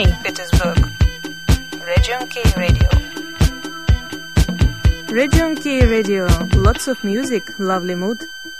Petersburg. Region K Radio. Region K Radio. Lots of music, lovely mood.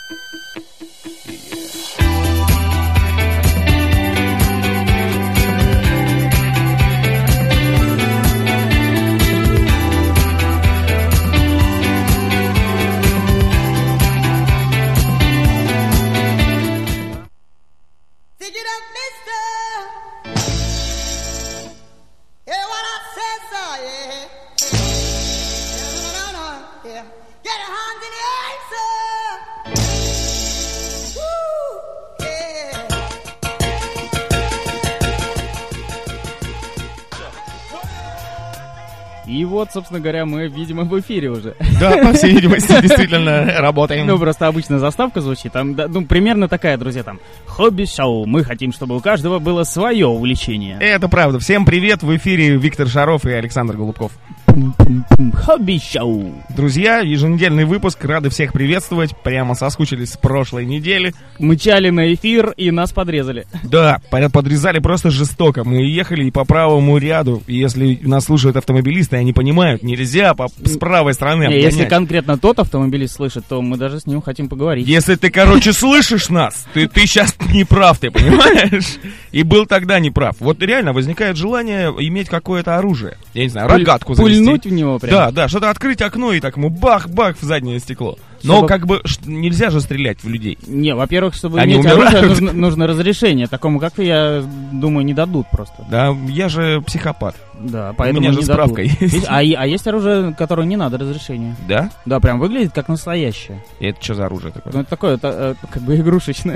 И вот, собственно говоря, мы, видимо, в эфире уже. Да, по всей видимости, действительно работаем. Ну, просто обычно заставка звучит. Там, ну, примерно такая, друзья, там. Хобби-шоу. Мы хотим, чтобы у каждого было свое увлечение. Это правда. Всем привет. В эфире Виктор Шаров и Александр Голубков. Хобби-шоу. Друзья, еженедельный выпуск. Рады всех приветствовать. Прямо соскучились с прошлой недели. Мчали на эфир и нас подрезали. Да, подрезали просто жестоко. Мы ехали и по правому ряду. Если нас слушают автомобилисты, они понимают, нельзя с правой стороны обгонять. Если конкретно тот автомобилист слышит, то мы даже с ним хотим поговорить. Если ты, короче, слышишь нас, ты сейчас не прав, ты понимаешь? И был тогда не прав. Вот реально возникает желание иметь какое-то оружие. Я не знаю, рогатку завести. Пульнуть в него прям. Да, что-то открыть окно и так ему бах-бах в заднее стекло. Но как бы нельзя же стрелять в людей. Не, во-первых, чтобы они иметь умирают. оружие, нужно разрешение. Такому, как ты, я думаю, не дадут просто. Да, я же психопат. Да, поэтому у меня же не справка дадут. есть. А есть оружие, которое не надо разрешения. Да? Да, прям выглядит как настоящее. И это что за оружие такое? Ну, это такое, как бы игрушечное.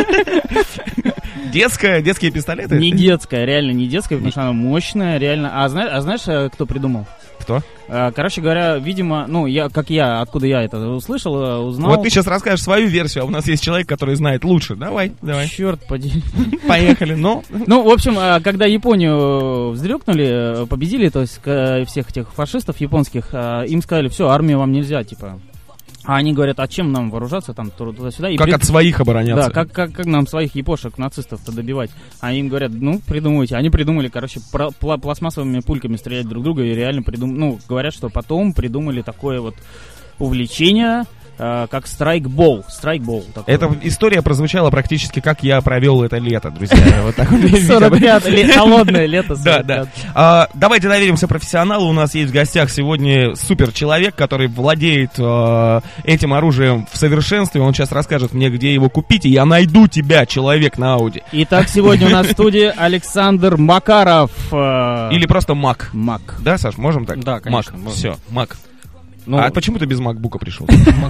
Детские пистолеты? Не детское, реально не детское, потому что оно мощное, реально. А знаешь, кто придумал? Кто? Короче говоря, видимо, ну, откуда я это услышал, узнал. Вот ты сейчас расскажешь свою версию, а у нас есть человек, который знает лучше. Давай. Черт подери. Поехали, ну, в общем, когда Японию вздрёкнули, победили, то есть всех этих фашистов японских, им сказали, все, армию вам нельзя, типа. А они говорят, а чем нам вооружаться там туда-сюда? И как от своих обороняться? Да, как нам своих япошек, нацистов-то добивать? А им говорят, ну, придумывайте. Они придумали, короче, пластмассовыми пульками стрелять друг друга и реально говорят, что потом придумали такое вот увлечение, как страйкбол. Эта история прозвучала практически, как я провел это лето, друзья. 45, холодное лето. Да. Давайте доверимся профессионалу. У нас есть в гостях сегодня супер человек, который владеет этим оружием в совершенстве. Он сейчас расскажет мне, где его купить, и я найду тебя, человек на Ауди. Итак, сегодня у нас в студии Александр Макаров. Или просто Мак. Мак. Да, Саш, можем так? Да, конечно. Мак. Все, Мак. Ну, а почему ты без макбука пришел?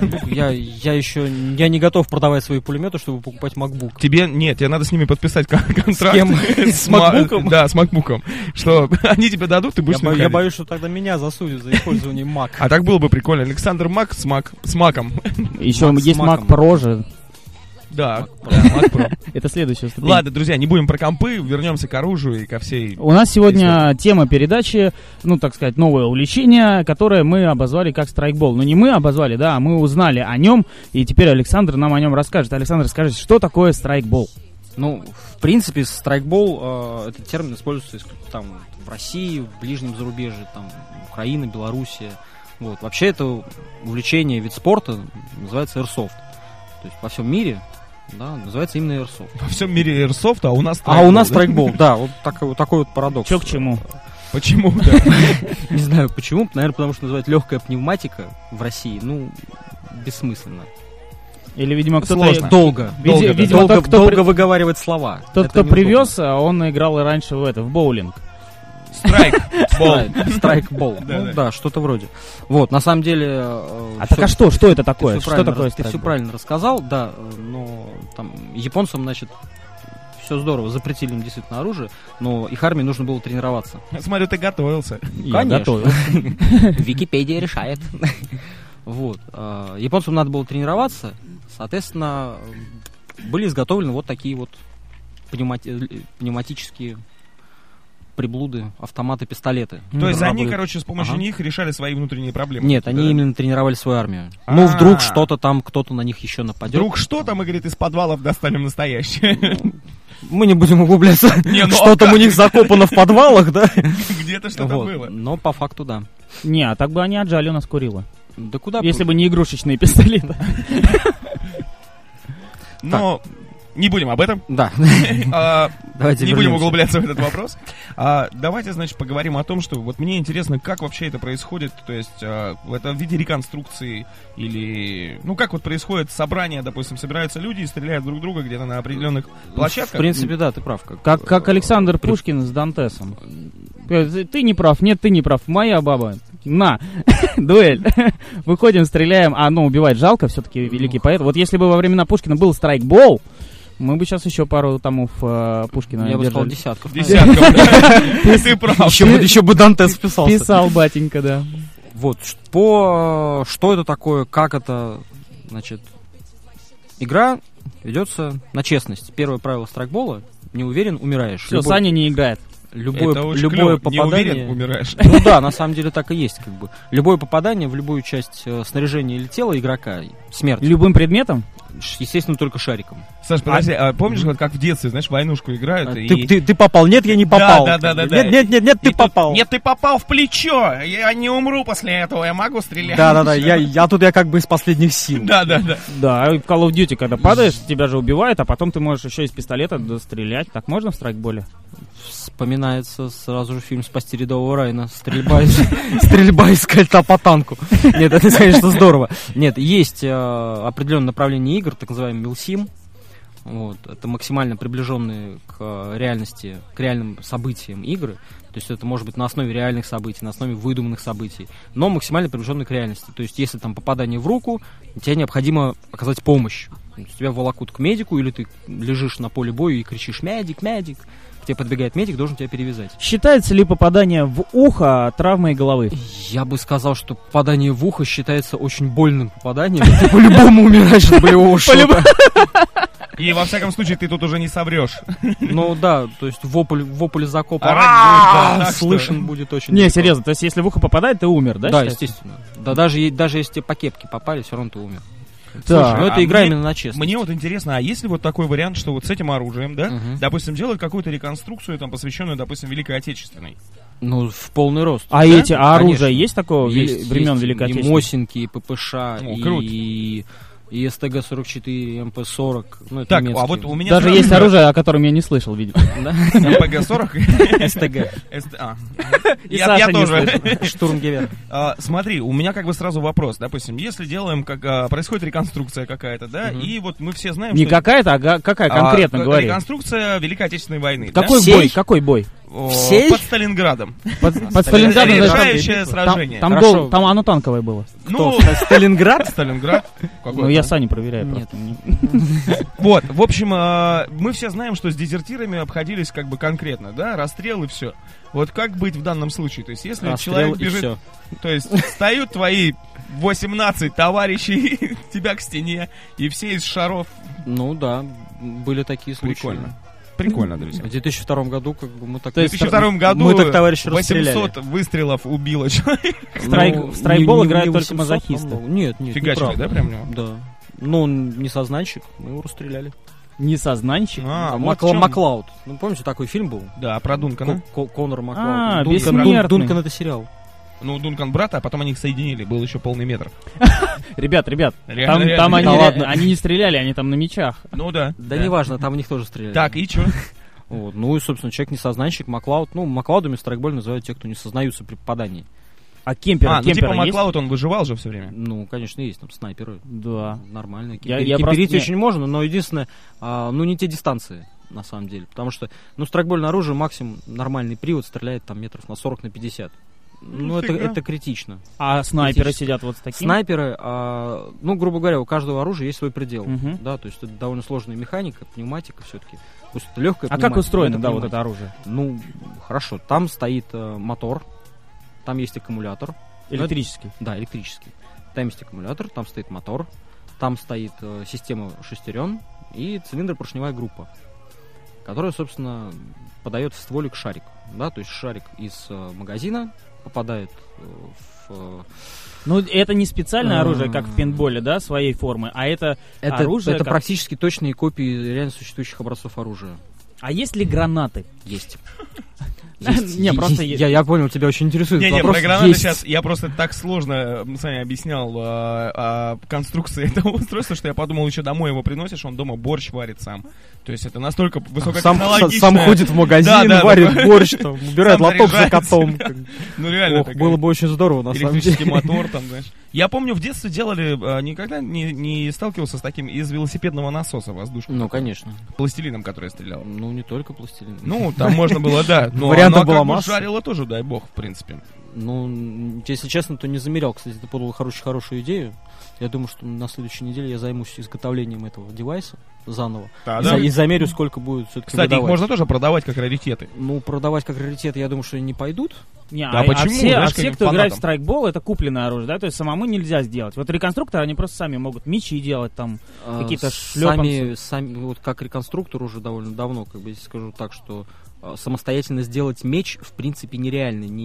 Я не готов продавать свои пулеметы, чтобы покупать макбук. Тебе надо с ними подписать контракт. С кем? С макбуком? Да, с макбуком. Что они тебе дадут, ты будешь с ним ходить. Я боюсь, что тогда меня засудят за использование мак. А так было бы прикольно. Александр Мак с маком. Еще есть Мак Про же. Да, Mac Pro. Это следующее ступень. Ладно, друзья, не будем про компы, вернемся к оружию и ко всей... У нас сегодня тема передачи, так сказать, новое увлечение, которое мы обозвали как страйкбол. Но не мы обозвали, да, а мы узнали о нем, и теперь Александр нам о нем расскажет. Александр, скажите, что такое страйкбол? Ну, в принципе, страйкбол, этот термин используется там в России, в ближнем зарубежье, там, Украина, Белоруссия. Вот. Вообще это увлечение, вид спорта называется airsoft. То есть во всем мире, да, называется именно airsoft. Во всем мире airsoft, а у нас страйкбол. А у нас страйкбол, да, вот такой вот парадокс. Чё к чему? Почему? Не знаю почему, наверное, потому что называть легкая пневматика в России, бессмысленно. Или, видимо, кто-то... Долго выговаривать слова. Тот, кто привез, он играл раньше в боулинг. Страйкбол. Да, что-то вроде. Вот, на самом деле... Что это такое? Что такое ты все правильно рассказал, да, но там японцам, значит, все здорово, запретили им действительно оружие, но их армии нужно было тренироваться. Смотрю, ты готовился. Я готовился. Википедия решает. Вот. Японцам надо было тренироваться, соответственно, были изготовлены вот такие вот пневматические приблуды, автоматы, пистолеты. То есть они, с помощью них решали свои внутренние проблемы? Нет, они именно тренировали свою армию. Ну, вдруг что-то там, кто-то на них еще нападет. Вдруг что-то, мы, говорит, из подвалов достанем настоящее. Мы не будем углубляться, Не, ну, что там у них закопано в подвалах, да? Где-то что-то Вот. было. Но по факту, да. Не, а так бы они отжали у нас Курила. Да куда Если бы не игрушечные пистолеты. Но не будем об этом. Да. Давайте Не будем вернемся. углубляться в этот вопрос. Давайте, значит, поговорим о том, что вот мне интересно, как вообще это происходит. То есть это в виде реконструкции или... Ну, как вот происходит собрание, допустим, собираются люди и стреляют друг друга где-то на определенных В площадках. принципе, да, ты прав. Как Александр Пушкин с Дантесом. Ты не прав, нет, ты не прав. Моя баба. На, дуэль. Выходим, стреляем. Убивать жалко, все-таки великий поэт. Вот если бы во времена Пушкина был страйкбол, мы бы сейчас еще пару томов Пушкина Я бы сказал держали. десятков. Десятков, да. Ты прав. Еще бы Дантес вписался. Писал батенька, да. Вот, что это такое, как это, значит, игра ведется на честность. Первое правило страйкбола: не уверен, умираешь. Все, Саня не играет. Любое Это очень любое клево. Не уверен, попадание... умираешь. Ну да, на самом деле так и есть, как бы. Любое попадание в любую часть снаряжения или тела игрока — смерть. Любым предметом? Естественно, только шариком. Саш, подожди, помнишь, вот как в детстве, знаешь, войнушку играют? и... Ты попал, нет, я не попал. Да. Нет, ты И тут, попал. Нет, ты попал в плечо. Я не умру после этого, я могу стрелять. Да, я как бы из последних сил. Да. Да, и в Call of Duty, когда падаешь, тебя же убивают, а потом ты можешь еще из пистолета дострелять. Так можно в страйкболе? Вспоминается сразу же фильм «Спасти рядового Райана». Стрельба из кольта по танку. Нет, это, конечно, здорово. Нет, есть определенное направление игр, так называемый милсим. Вот, это максимально приближенные к реальности, к реальным событиям игры. То есть это может быть на основе реальных событий, на основе выдуманных событий, но максимально приближенные к реальности. То есть если там попадание в руку, тебе необходимо оказать помощь. То есть тебя волокут к медику, или ты лежишь на поле боя и кричишь «Медик, медик!». К тебе подбегает медик, должен тебя перевязать. Считается ли попадание в ухо травмой головы? Я бы сказал, что попадание в ухо считается очень больным попаданием. Ты по-любому умираешь от болевого шока. И во всяком случае ты тут уже не соврешь. Ну да, то есть вопль закопа Орать будешь, да, слышен будет очень Не, далеко. серьезно, то есть если в ухо попадает, ты умер, да? Да, считается? естественно. Да, даже если тебе по кепке попали, все равно ты умер. Так. Но это А игра мне- именно на честность. Мне вот интересно, а есть ли вот такой вариант, что вот с этим оружием, да, Мгм. допустим, делают какую-то реконструкцию, там, посвященную, допустим, Великой Отечественной? Ну, в полный рост. А Да? эти оружия Конечно. есть такого времен есть Великой и Отечественной? Мосинки, и ППШ, круто. и СТГ-44, и МП-40. Ну, это Так, немецкие. а вот у меня Даже сразу- есть оружие, о котором я не слышал, видимо. Да? МПГ-40? СТГ. И Я Саша не тоже. Штурмгевер. Смотри, у меня как бы сразу вопрос. Допустим, если делаем, происходит реконструкция какая-то, да, Мгм. и вот мы все знаем, Не что... какая-то, а какая конкретно, говори. Реконструкция Великой Отечественной войны, да? Какой Всей? бой? Какой бой? Всей? Под Сталинградом. Под Сталинградом, Сталинград. значит, Решающее сражение. там Хорошо. гол, там оно танковое было. Ну, Сталинград? Сталинград. Какой Ну, я там? Саню проверяю Нет. просто. Вот, в общем, мы все знаем, что с дезертирами обходились как бы конкретно, да, расстрел и все. Вот как быть в данном случае? То есть, если Расстрел человек и бежит, всё. то есть, встают твои 18 товарищей тебя к стене, и все из шаров. Ну да, были такие случаи. Прикольно. Прикольно, друзья. В 2002 году как бы мы так... В 2002 году мы так товарища расстреляли. 800 выстрелов убило человека. В страйкбол играют только 800, мазохисты. по-моему. Нет, Фигачили, неправда. да, прям в него? Да. Ну, он не сознанщик, мы его расстреляли. Несознанщик. Вот в чём- Маклауд. Ну, помните, такой фильм был? Да, про Дункана. Конор Маклауд. А, Дункан, бессмертный. Дункан это сериал. Ну, Дункан брата, а потом они их соединили, был еще полный метр. Ребят, Реально, там реально. они, Да ладно. они не стреляли, они там на мечах. Ну да. Да неважно, там в них тоже стреляли. Так, и чё? Вот. Ну и, собственно, человек несознанщик, Маклауд. Ну, Маклаудами в страйкболе называют тех, кто не сознаются при попадании. А кемперы, Ну типа кемперы есть? Маклауд, он выживал же все время. Ну, конечно, есть там снайперы. Да. Нормально. Я Кемперить просто не- очень можно, но единственное, ну не те дистанции, на самом деле. Потому что, ну, страйкбольное оружие максимум нормальный привод стреляет там метров на 40 на 50. Ну, это критично. А снайперы Критически. сидят вот с таким? Снайперы, ну, грубо говоря, у каждого оружия есть свой предел. Мгм. Да, то есть это довольно сложная механика, пневматика все-таки. Пусть это легкая А как пневматика, устроено, но да, вот пневматика. это оружие? Ну, хорошо. Там стоит мотор, там есть аккумулятор. Электрический. Да, электрический. Там есть аккумулятор, там стоит мотор, там стоит система шестерен и цилиндропоршневая группа, которая, собственно, подает в стволик шарик. Да, то есть шарик из магазина попадает в... Ну, это не специальное оружие, как в пейнтболе, да, своей формы, а это оружие... это как- практически точные копии реально существующих образцов оружия. А есть ли гранаты? Есть. Не, просто есть. Я понял, тебя очень интересует Не, вопрос. про гранаты Есть. сейчас я просто так сложно с вами объяснял конструкции этого устройства, что я подумал, еще домой его приносишь, он дома борщ варит сам. То есть это настолько высокотехнологичное. Сам ходит в магазин, Да, варит да. борщ, там, убирает Сам лоток за заряжается. котом. Ну реально. Ох, было бы очень здорово, на самом Электрический деле. мотор там, знаешь. Я помню, в детстве делали, никогда не сталкивался с таким из велосипедного насоса воздушным. Ну, конечно. Пластилином, который стрелял. Ну, не только пластилин. Ну, там можно было, да. Но Вариантов оно была как бы масса. жарило тоже, дай бог, в принципе. Ну, если честно, то не замерял. Кстати, ты подал хорошую идею. Я думаю, что на следующей неделе я займусь изготовлением этого девайса заново. И замерю, сколько будет все-таки Кстати, их выдавать. можно тоже продавать как раритеты. Ну, продавать как раритет, я думаю, что не пойдут. Не, Да почему? Знаешь, все, каким кто играет в фанатам? страйкбол, это купленное оружие, да, то есть самому нельзя сделать. Вот реконструкторы, они просто сами могут мечи делать, там, какие-то шлепанцы. Сами, вот как реконструктор уже довольно давно, как бы, если скажу так, что самостоятельно сделать меч, в принципе, нереально, не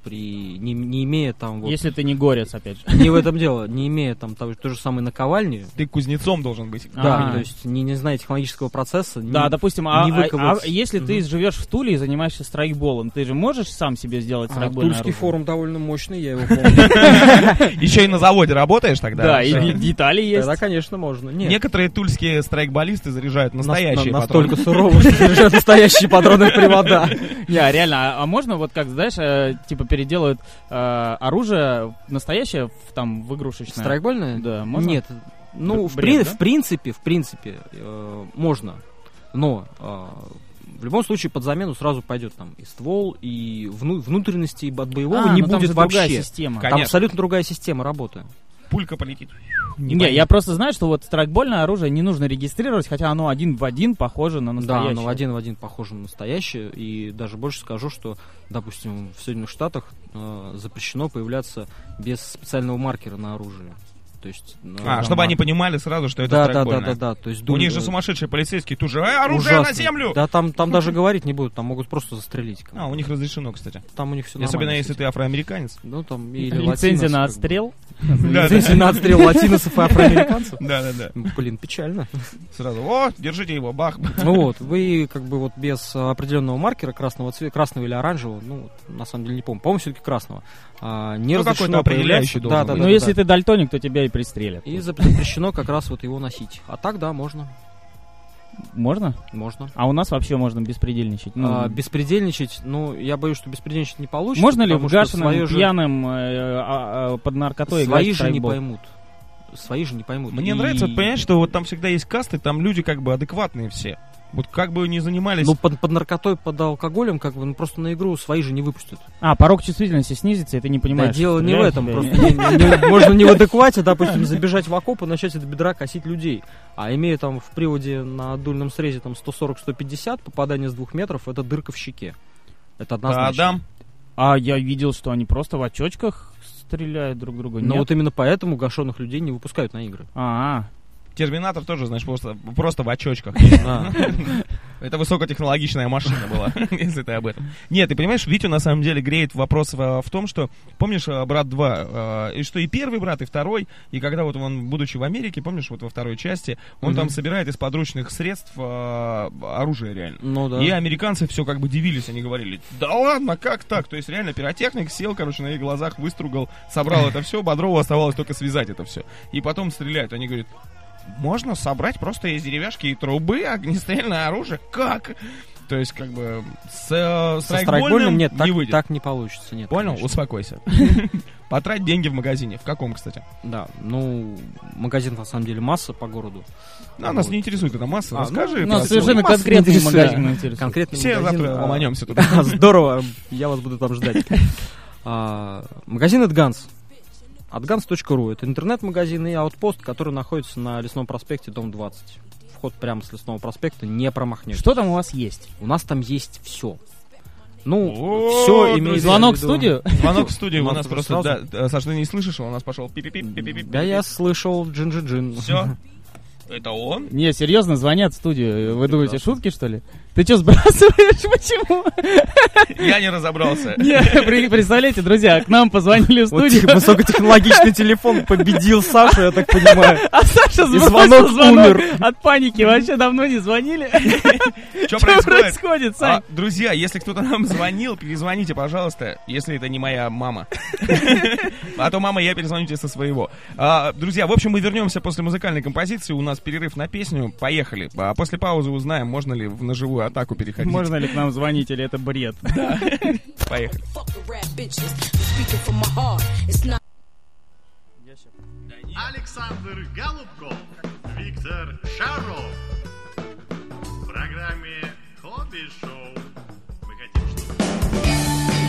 имея там вот... Если ты не горец, опять же. Не в этом дело, не имея там той же самой наковальни. Ты кузнецом должен быть. Да, А. то есть не зная технологического процесса. Да, допустим, не выковать. если ты живешь в Туле и занимаешься страйкболом, ты же можешь сам себе сделать страйкбольное Тульский оружие? форум довольно мощный, я его помню. Еще и на заводе работаешь тогда? Да, и детали есть. Тогда, конечно, можно. Нет. Некоторые тульские страйкболисты заряжают настоящие Настолько патроны. сурово, что заряжают настоящие патроны в привода. Не, реально, а можно вот как, знаешь, типа переделают оружие настоящее в игрушечное? Страйкбольное? Да, можно? Нет. Ну, в Бред, да? принципе, можно. Но в любом случае под замену сразу пойдет там и ствол, и внутренности от боевого не ну там будет же другая вообще. система. Конечно. Там абсолютно другая система работы. Пулька полетит. Не, я просто знаю, что вот страйкбольное оружие не нужно регистрировать, хотя оно один в один похоже на Да, настоящее. оно один в один похоже на настоящее. И даже больше скажу, что, допустим, в Соединенных Штатах запрещено появляться без специального маркера на оружие. То есть, Чтобы они понимали сразу, что это страйкбольное. да. То есть, У них же сумасшедшие полицейские тут же оружие на землю! Да, там даже говорить не будут, там могут просто застрелить. У них разрешено, кстати. Там у них все Особенно если ты афроамериканец. Ну, там, или Лицензия латинос, на как бы. отстрел. Лицензия на отстрел латиносов и афроамериканцев. Да. Блин, печально. Сразу, держите его, бах. Ну вот, вы как бы вот без определенного маркера красного цвета, красного или оранжевого, ну, на самом деле не помню, по-моему, все-таки красного, не какой-то разрешено определяющий появляться. должен быть. Ну, если ты дальтоник, то тебя и пристрелят. И запрещено как раз вот его носить. А так, да, можно. Можно? Можно. А у нас вообще можно беспредельничать. Беспредельничать, ну, я боюсь, что беспредельничать не получится. Можно ли в потому что Гашином свое же- пьяным под наркотой Свои играть в же не страйкбол? поймут. Свои же не поймут. Мне И- нравится, вот, понимаешь, что вот там всегда есть касты, там люди как бы адекватные все. Вот как бы не занимались... Ну, под наркотой, под алкоголем, как бы, ну, просто на игру свои же не выпустят. Порог чувствительности снизится, и ты не понимаешь. Да, дело не в стреляют этом. тебя Просто или- можно не в адеквате, допустим, забежать в окоп и начать от бедра косить людей. А имея там в приводе на дульном срезе там 140-150, попадание с 2 метров, это дырка в щеке. Это однозначно. Адам. А я видел, что они просто в очочках стреляют друг друга. Но Нет? вот именно поэтому гашеных людей не выпускают на игры. Терминатор тоже, знаешь, просто в очочках. А. Это высокотехнологичная машина была, если ты об этом. Нет, ты понимаешь, Витю на самом деле греет вопрос в том, что, помнишь, «Брат 2», и что и первый брат, и второй, и когда вот он, будучи в Америке, помнишь, вот во второй части, он там собирает из подручных средств оружие реально. Ну да. И американцы все как бы дивились, они говорили, да ладно, как так? То есть реально пиротехник сел, короче, на их глазах, выстругал, собрал это все, Бодрову оставалось только связать это все. И потом стреляют, они говорят, можно собрать просто из деревяшки и трубы огнестрельное оружие? Как? То есть, как бы, Со страйкбольным страйкбольным нет, не выйдет. так не получится. Нет, Понял? конечно. Успокойся. Потрать деньги в магазине. В каком, кстати? Да, ну, магазин на самом деле масса по городу. Нас не интересует эта масса. А, Расскажи. Нас про совершенно свой. конкретный интересует. магазин интересует. Конкретный Все магазин, завтра ломанемся туда. Здорово, я вас буду там ждать. Магазин AdGuns. AdGuns.ru. Это интернет-магазин и аутпост, который находится на Лесном проспекте, дом 20. Вход прямо с Лесного проспекта, не промахнешься. Что там у вас есть? У нас там есть все. Ну, О, все имеет Звонок в студию? Звонок в студию у Звонок нас просто... сразу? Да, Саш, ты не слышишь, у нас пошел пип-пип-пип-пип. Да, я слышал джин-джин-джин. Все. Это он? Не, серьезно, звонят в студию. Вы думаете, шутки, что ли? Ты что, сбрасываешь? Почему? Я не разобрался. Не, представляете, друзья, к нам позвонили в Вот студию. высокотехнологичный телефон победил Сашу, я так понимаю. А Саша И сбросил звонок звонок умер. от паники. Вообще давно не звонили. Что Что происходит, Сань? Друзья, если кто-то нам звонил, перезвоните, пожалуйста, если это не моя мама. А то, мама, я перезвоню тебе со своего. Друзья, в общем, мы вернемся после музыкальной композиции. У нас перерыв на песню. Поехали. А после паузы узнаем, можно ли в ножевую атаку переходить. Можно ли к нам звонить, или это бред? Поехали. Александр Голубков, Виктор Шаров. В программе «Хобби Шоу». Мы хотим, чтобы...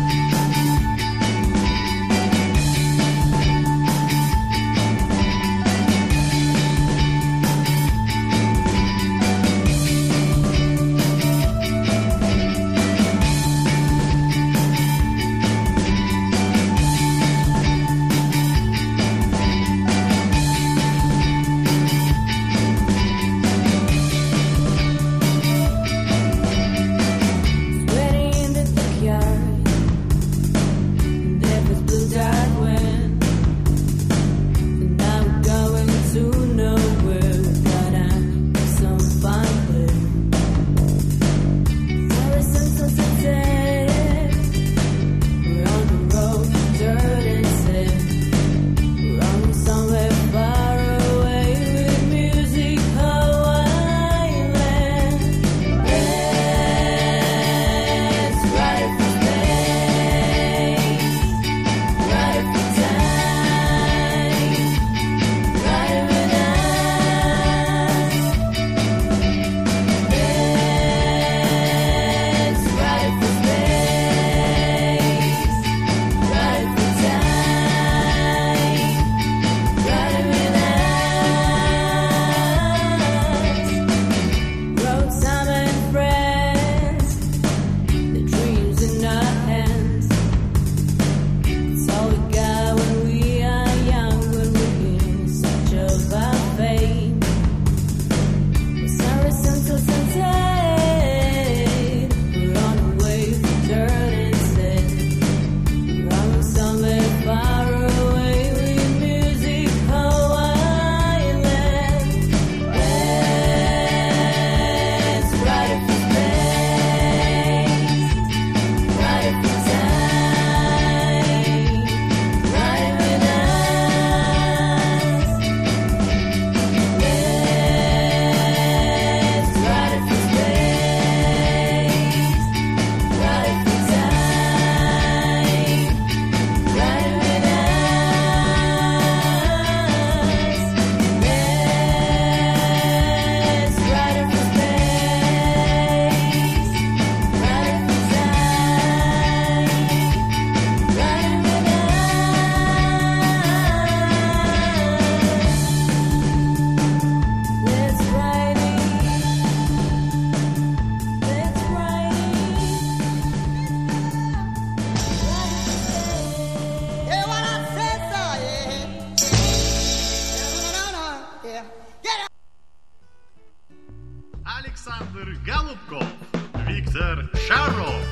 Александр Голубков, Виктор Шаров.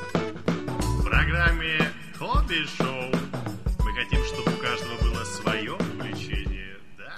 В программе «Хобби Шоу». Мы хотим, чтобы у каждого было свое увлечение, да?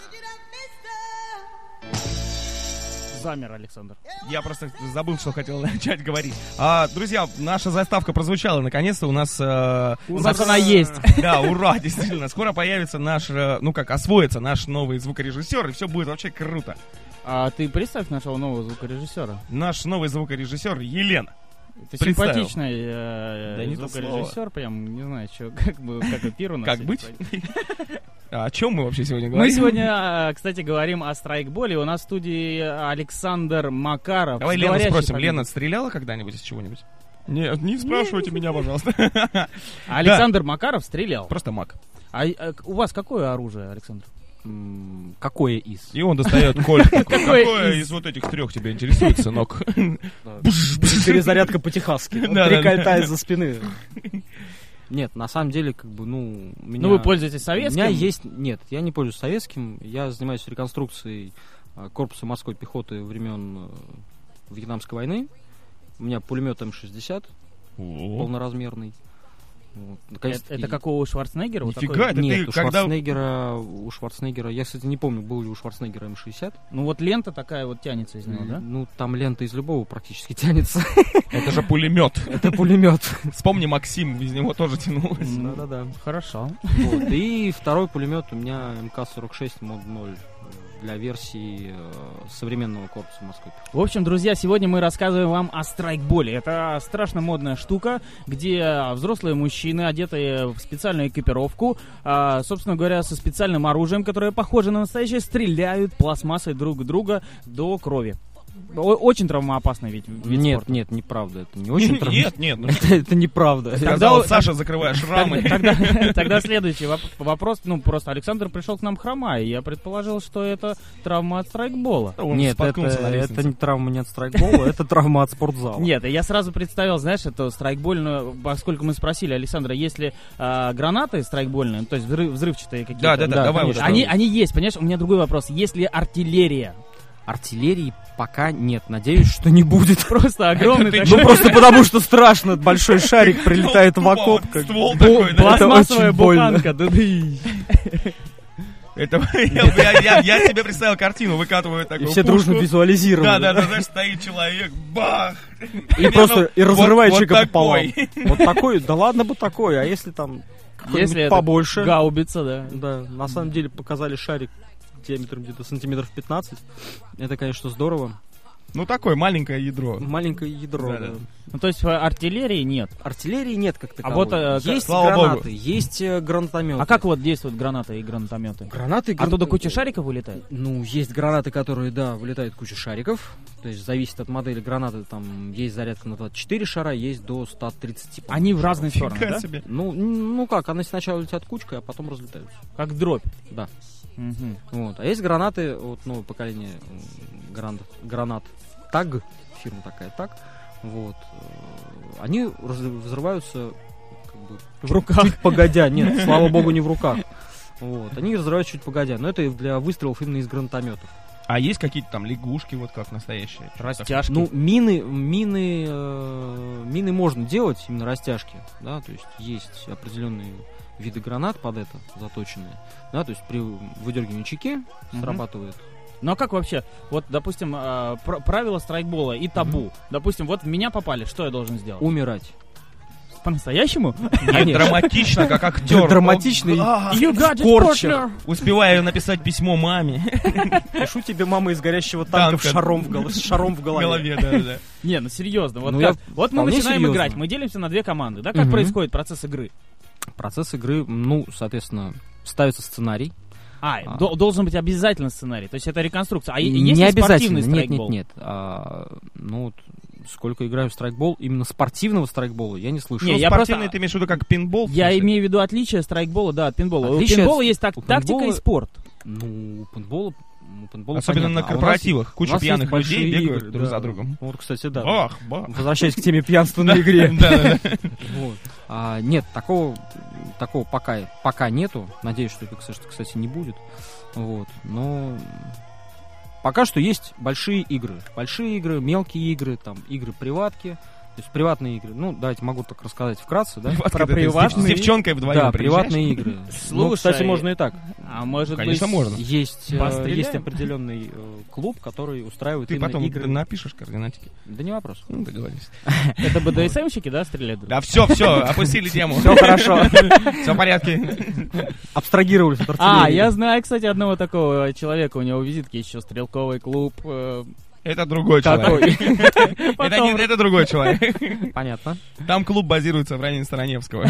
Замер, Александр. Я просто забыл, что хотел начать говорить. Друзья, наша заставка прозвучала наконец-то. У нас она есть. Да, ура, действительно. Скоро появится наш, освоится наш новый звукорежиссер, и все будет вообще круто. А ты представь нашего нового звукорежиссера. Наш новый звукорежиссер Елена. Ты Представил. симпатичный Да не то звукорежиссер, прям, не знаю, что, как эфир у нас. Как быть? О чем мы вообще сегодня говорим? Мы сегодня, кстати, говорим о страйкболе. У нас в студии Александр Макаров. Давай Лену спросим. Лена стреляла когда-нибудь из чего-нибудь? Нет, не спрашивайте меня, пожалуйста. Александр Макаров стрелял. Просто маг. А у вас какое оружие, Александр? Какое из? И он достает кольт такой. Какое Какое из вот этих трех тебя интересует, сынок? Перезарядка по-техасски. Да, Три да, кольта из-за спины. Нет, на самом деле, у меня... Ну, вы пользуетесь советским? У меня есть... Нет, я не пользуюсь советским. Я занимаюсь реконструкцией корпуса морской пехоты времен Вьетнамской войны. У меня пулемет М-60 полноразмерный. Вот. Это как у Шварценеггера? Вот Нифига, такой? это Нет, ты у когда... Шварценеггера, я, кстати, не помню, был ли у Шварценеггера М-60. Ну вот лента такая вот тянется из него, да? Ну, там лента из любого практически тянется. Это же пулемет. Это пулемет. Вспомни, Максим, из него тоже тянулось. Да-да-да. Хорошо. Вот. И второй пулемет у меня МК-46 мод 0 для версии современного корпуса морской пехоты. В общем, друзья, сегодня мы рассказываем вам о страйкболе. Это страшно модная штука, где взрослые мужчины, одетые в специальную экипировку, собственно говоря, со специальным оружием, которое похоже на настоящее, стреляют пластмассой друг друга до крови. Очень травмоопасный вид Нет, спорта. нет, неправда. Это не очень Нет, нет. ну, Это неправда. Сказал Саша, закрывая шрамы. Тогда следующий вопрос. Ну, просто Александр пришел к нам хромая, и я предположил, что это травма от страйкбола. Он Нет, споткнулся на лестнице. это не травма не от страйкбола, это травма от спортзала. Нет, я сразу представил, знаешь, эту страйкбольную, поскольку мы спросили Александра, есть ли гранаты страйкбольные, то есть взрывчатые какие-то. Да, давай вот. Они есть, понимаешь? У меня другой вопрос. Есть ли артиллерия? Артиллерии пока нет. Надеюсь, что не будет. Просто огромный ты такой Ну просто потому, что страшно. Большой шарик прилетает в окоп. Ствол такой, да? пластмассовая очень больно. буханка. Да-да. Я себе представил картину, выкатывают И такую все пушку. дружно визуализировали. Да, знаешь, стоит человек, бах! И просто и разрывает человека вот пополам. такой. Вот такой, да ладно бы такой, а если там Если это побольше? гаубица, да. Да, на самом деле показали шарик диаметром где-то сантиметров 15. Это, конечно, здорово. Ну, такое маленькое ядро. Маленькое ядро, Да-да. да. Ну, то есть артиллерии нет. Артиллерии нет как таковой. вот, есть слава гранаты, богу. есть гранатометы. А как вот действуют гранаты и гранатометы? Гранаты и Оттуда куча шариков вылетает? Ну, есть гранаты, которые, да, вылетает куча шариков. То есть зависит от модели гранаты. Там есть зарядка на 24 шара, есть до 130. Они в разные стороны, Фига да? себе. Ну как, они сначала летят кучкой, а потом разлетаются. Как дробь. Да. Мгм. Вот. А есть гранаты от нового поколения гранат ТАГ, фирма такая ТАГ. Вот. Они взрываются как бы, В руках. чуть погодя. Нет, слава богу, не в руках. Вот. Они разрываются чуть погодя. Но это для выстрелов именно из гранатометов. А есть какие-то там лягушки, вот как настоящие? Растяжки. Ну, мины можно делать, именно растяжки, да, то есть определенные виды гранат под это заточенные, да, то есть при выдергивании чеки срабатывает. Ну а как вообще, вот, допустим, правила страйкбола и табу. Допустим, вот в меня попали, что я должен сделать? Умирать. По-настоящему? Нет, драматично, как актер. Драматично и You got it, корчах. partner. Успеваю написать письмо маме. Пишу тебе, мама, из горящего танка с шаром в В голове. голове, да. Не, ну серьезно, вот Ну, как? я Вот мы вполне начинаем серьезно. играть, мы делимся на две команды, да? Как Мгм. происходит процесс игры? Процесс игры, ну, соответственно, ставится сценарий. Должен быть обязательно сценарий, то есть это реконструкция. А есть Не ли обязательно, спортивный страйкбол? нет. Ну, вот сколько играю в страйкбол, именно спортивного страйкбола я не слышал. Не, Ну, я спортивный просто- ты имеешь в виду как пинбол? Я в смысле? имею в виду отличие страйкбола, да, от пинбола. У Отличие пинбола от- есть у тактика и пинбола- спорт. Ну, у пинбола Особенно понятно. на А у нас- корпоративах. у Куча нас пьяных есть большие людей бегают игры, друг да. за другом. Вот, кстати, да. Бах, бах. Возвращаясь к теме пьянства на игре. Да. Вот. Нет, такого пока нету. Надеюсь, что это, кстати, не будет. Вот. Но пока что есть большие игры. Большие игры, мелкие игры, там, игры приватки. То есть приватные игры. Ну, давайте могу так рассказать вкратце, да? Про приватные- С девчонкой вдвоем Да, приезжаешь? приватные игры. Ну, Слушай, кстати, можно и так. А может Конечно, быть... можно. Есть Постреляем? определенный клуб, который устраивает Ты именно потом игры. напишешь координатики. Да не вопрос. Ну, договорились. Это БДСМщики, да, стреляют? Да, все, опустили тему. Все хорошо. Все в порядке. Абстрагировались от артиллерии. Я знаю, кстати, одного такого человека, у него в визитке еще стрелковый клуб. Это другой Какой? человек. Это другой человек. Понятно. Там клуб базируется в районе Староневского.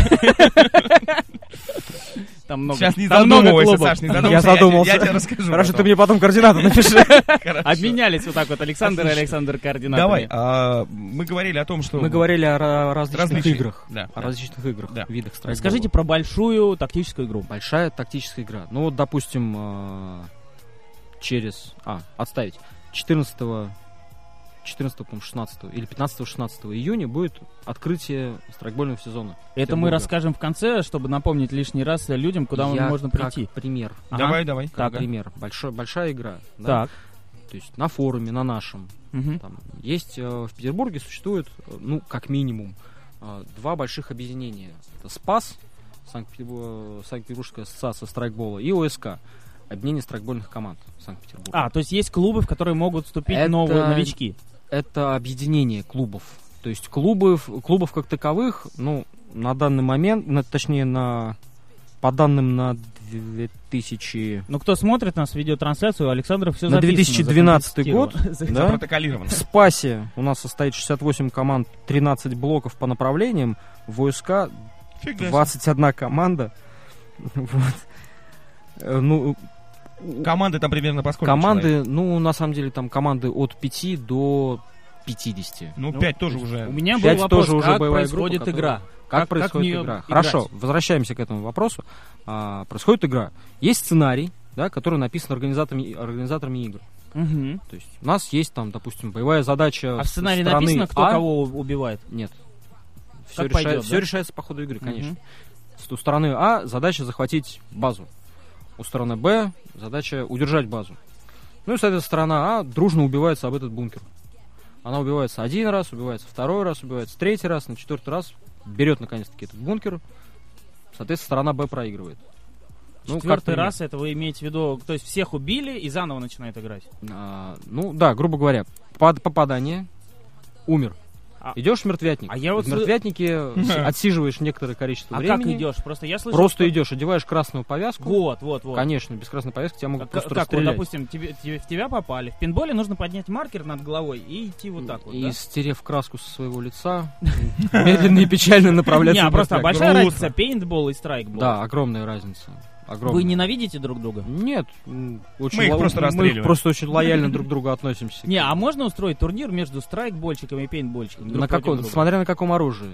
Там много, Сейчас не там много задумывайся, клубов. Саш, не задумывайся. Я задумался. Я тебе расскажу. Хорошо, потом. ты мне потом координаты напиши. Хорошо. Обменялись вот так вот Александр и Александр координатами. Давай, мы говорили о том, что... Мы говорили о различных Различия. играх. Да. О различных играх, Да. видах страйкбола. Скажите про большую тактическую игру. Большая тактическая игра. Ну вот, допустим, отставить. 16 или 15-16 июня будет открытие страйкбольного сезона. Это мы Петербурга. расскажем в конце, чтобы напомнить лишний раз людям, куда Я можно прийти. как пример. Ага. Давай. Как пример. Большая игра. Да? Так. то есть на форуме, на нашем. Мгм. Там есть в Петербурге существует, ну, как минимум, два больших объединения. Это СПАС, Санкт-Петербургская ассоциация страйкбола, и ОСК, объединение страйкбольных команд Санкт-Петербурга. То есть есть клубы, в которые могут вступить Это- новые новички. Это объединение клубов. То есть клубов как таковых, ну, на данный момент, по данным на 2000... Ну, кто смотрит нас видеотрансляцию, Александр все На записано, 2012 год, зафиксировано. да, Запротоколировано. в СПАСе у нас состоит 68 команд, 13 блоков по направлениям, в ОСК Фига себе. 21 команда. Вот. Ну, Команды там примерно по сколько команды, человек? ну, на самом деле, там команды от 5 до 50. Ну, Ну, 5 тоже уже. У меня был 5 вопрос, тоже уже как боевая происходит группа, игра? Как в происходит неё игра? играть? Хорошо, возвращаемся к этому вопросу. Происходит игра. Есть сценарий, да, который написан организаторами игр. Мгм. То есть у нас есть там, допустим, боевая задача. А в сценарии страны написано, кто А? кого убивает? Нет. Как пойдет, Все да? решается по ходу игры, конечно. Мгм. У стороны А задача захватить базу. У стороны Б задача удержать базу. Ну и, соответственно, сторона А дружно убивается об этот бункер. Она убивается один раз, убивается второй раз, убивается третий раз, на четвертый раз берет наконец-таки этот бункер. Соответственно, сторона Б проигрывает. Ну, как Четвертый пример. раз, это вы имеете в виду, то есть всех убили и заново начинает играть? Ну да, грубо говоря, попадание, умер. А- Идешь в мертвятник. а я вот в мертвятнике отсиживаешь некоторое количество А времени. как идешь? Просто я слышал, Просто что- идешь, одеваешь красную повязку. Вот. Конечно, без красной повязки тебя могут просто Как вот, расстрелять. допустим, в тебя попали. В пинболе нужно поднять маркер над головой и идти вот так вот, И да? стерев краску со своего лица, медленно и печально направляться Не, в просто мертвяк. большая Грустно. разница пейнтбол и страйкбол. Да, огромная разница. Огромная. Вы ненавидите друг друга? Нет, очень Мы их просто расстреливаем. просто очень лояльно друг к другу относимся. Не, а можно устроить турнир между страйкбольщиками и пейнтбольщиками? друг На против каком, друга? смотря на каком оружии.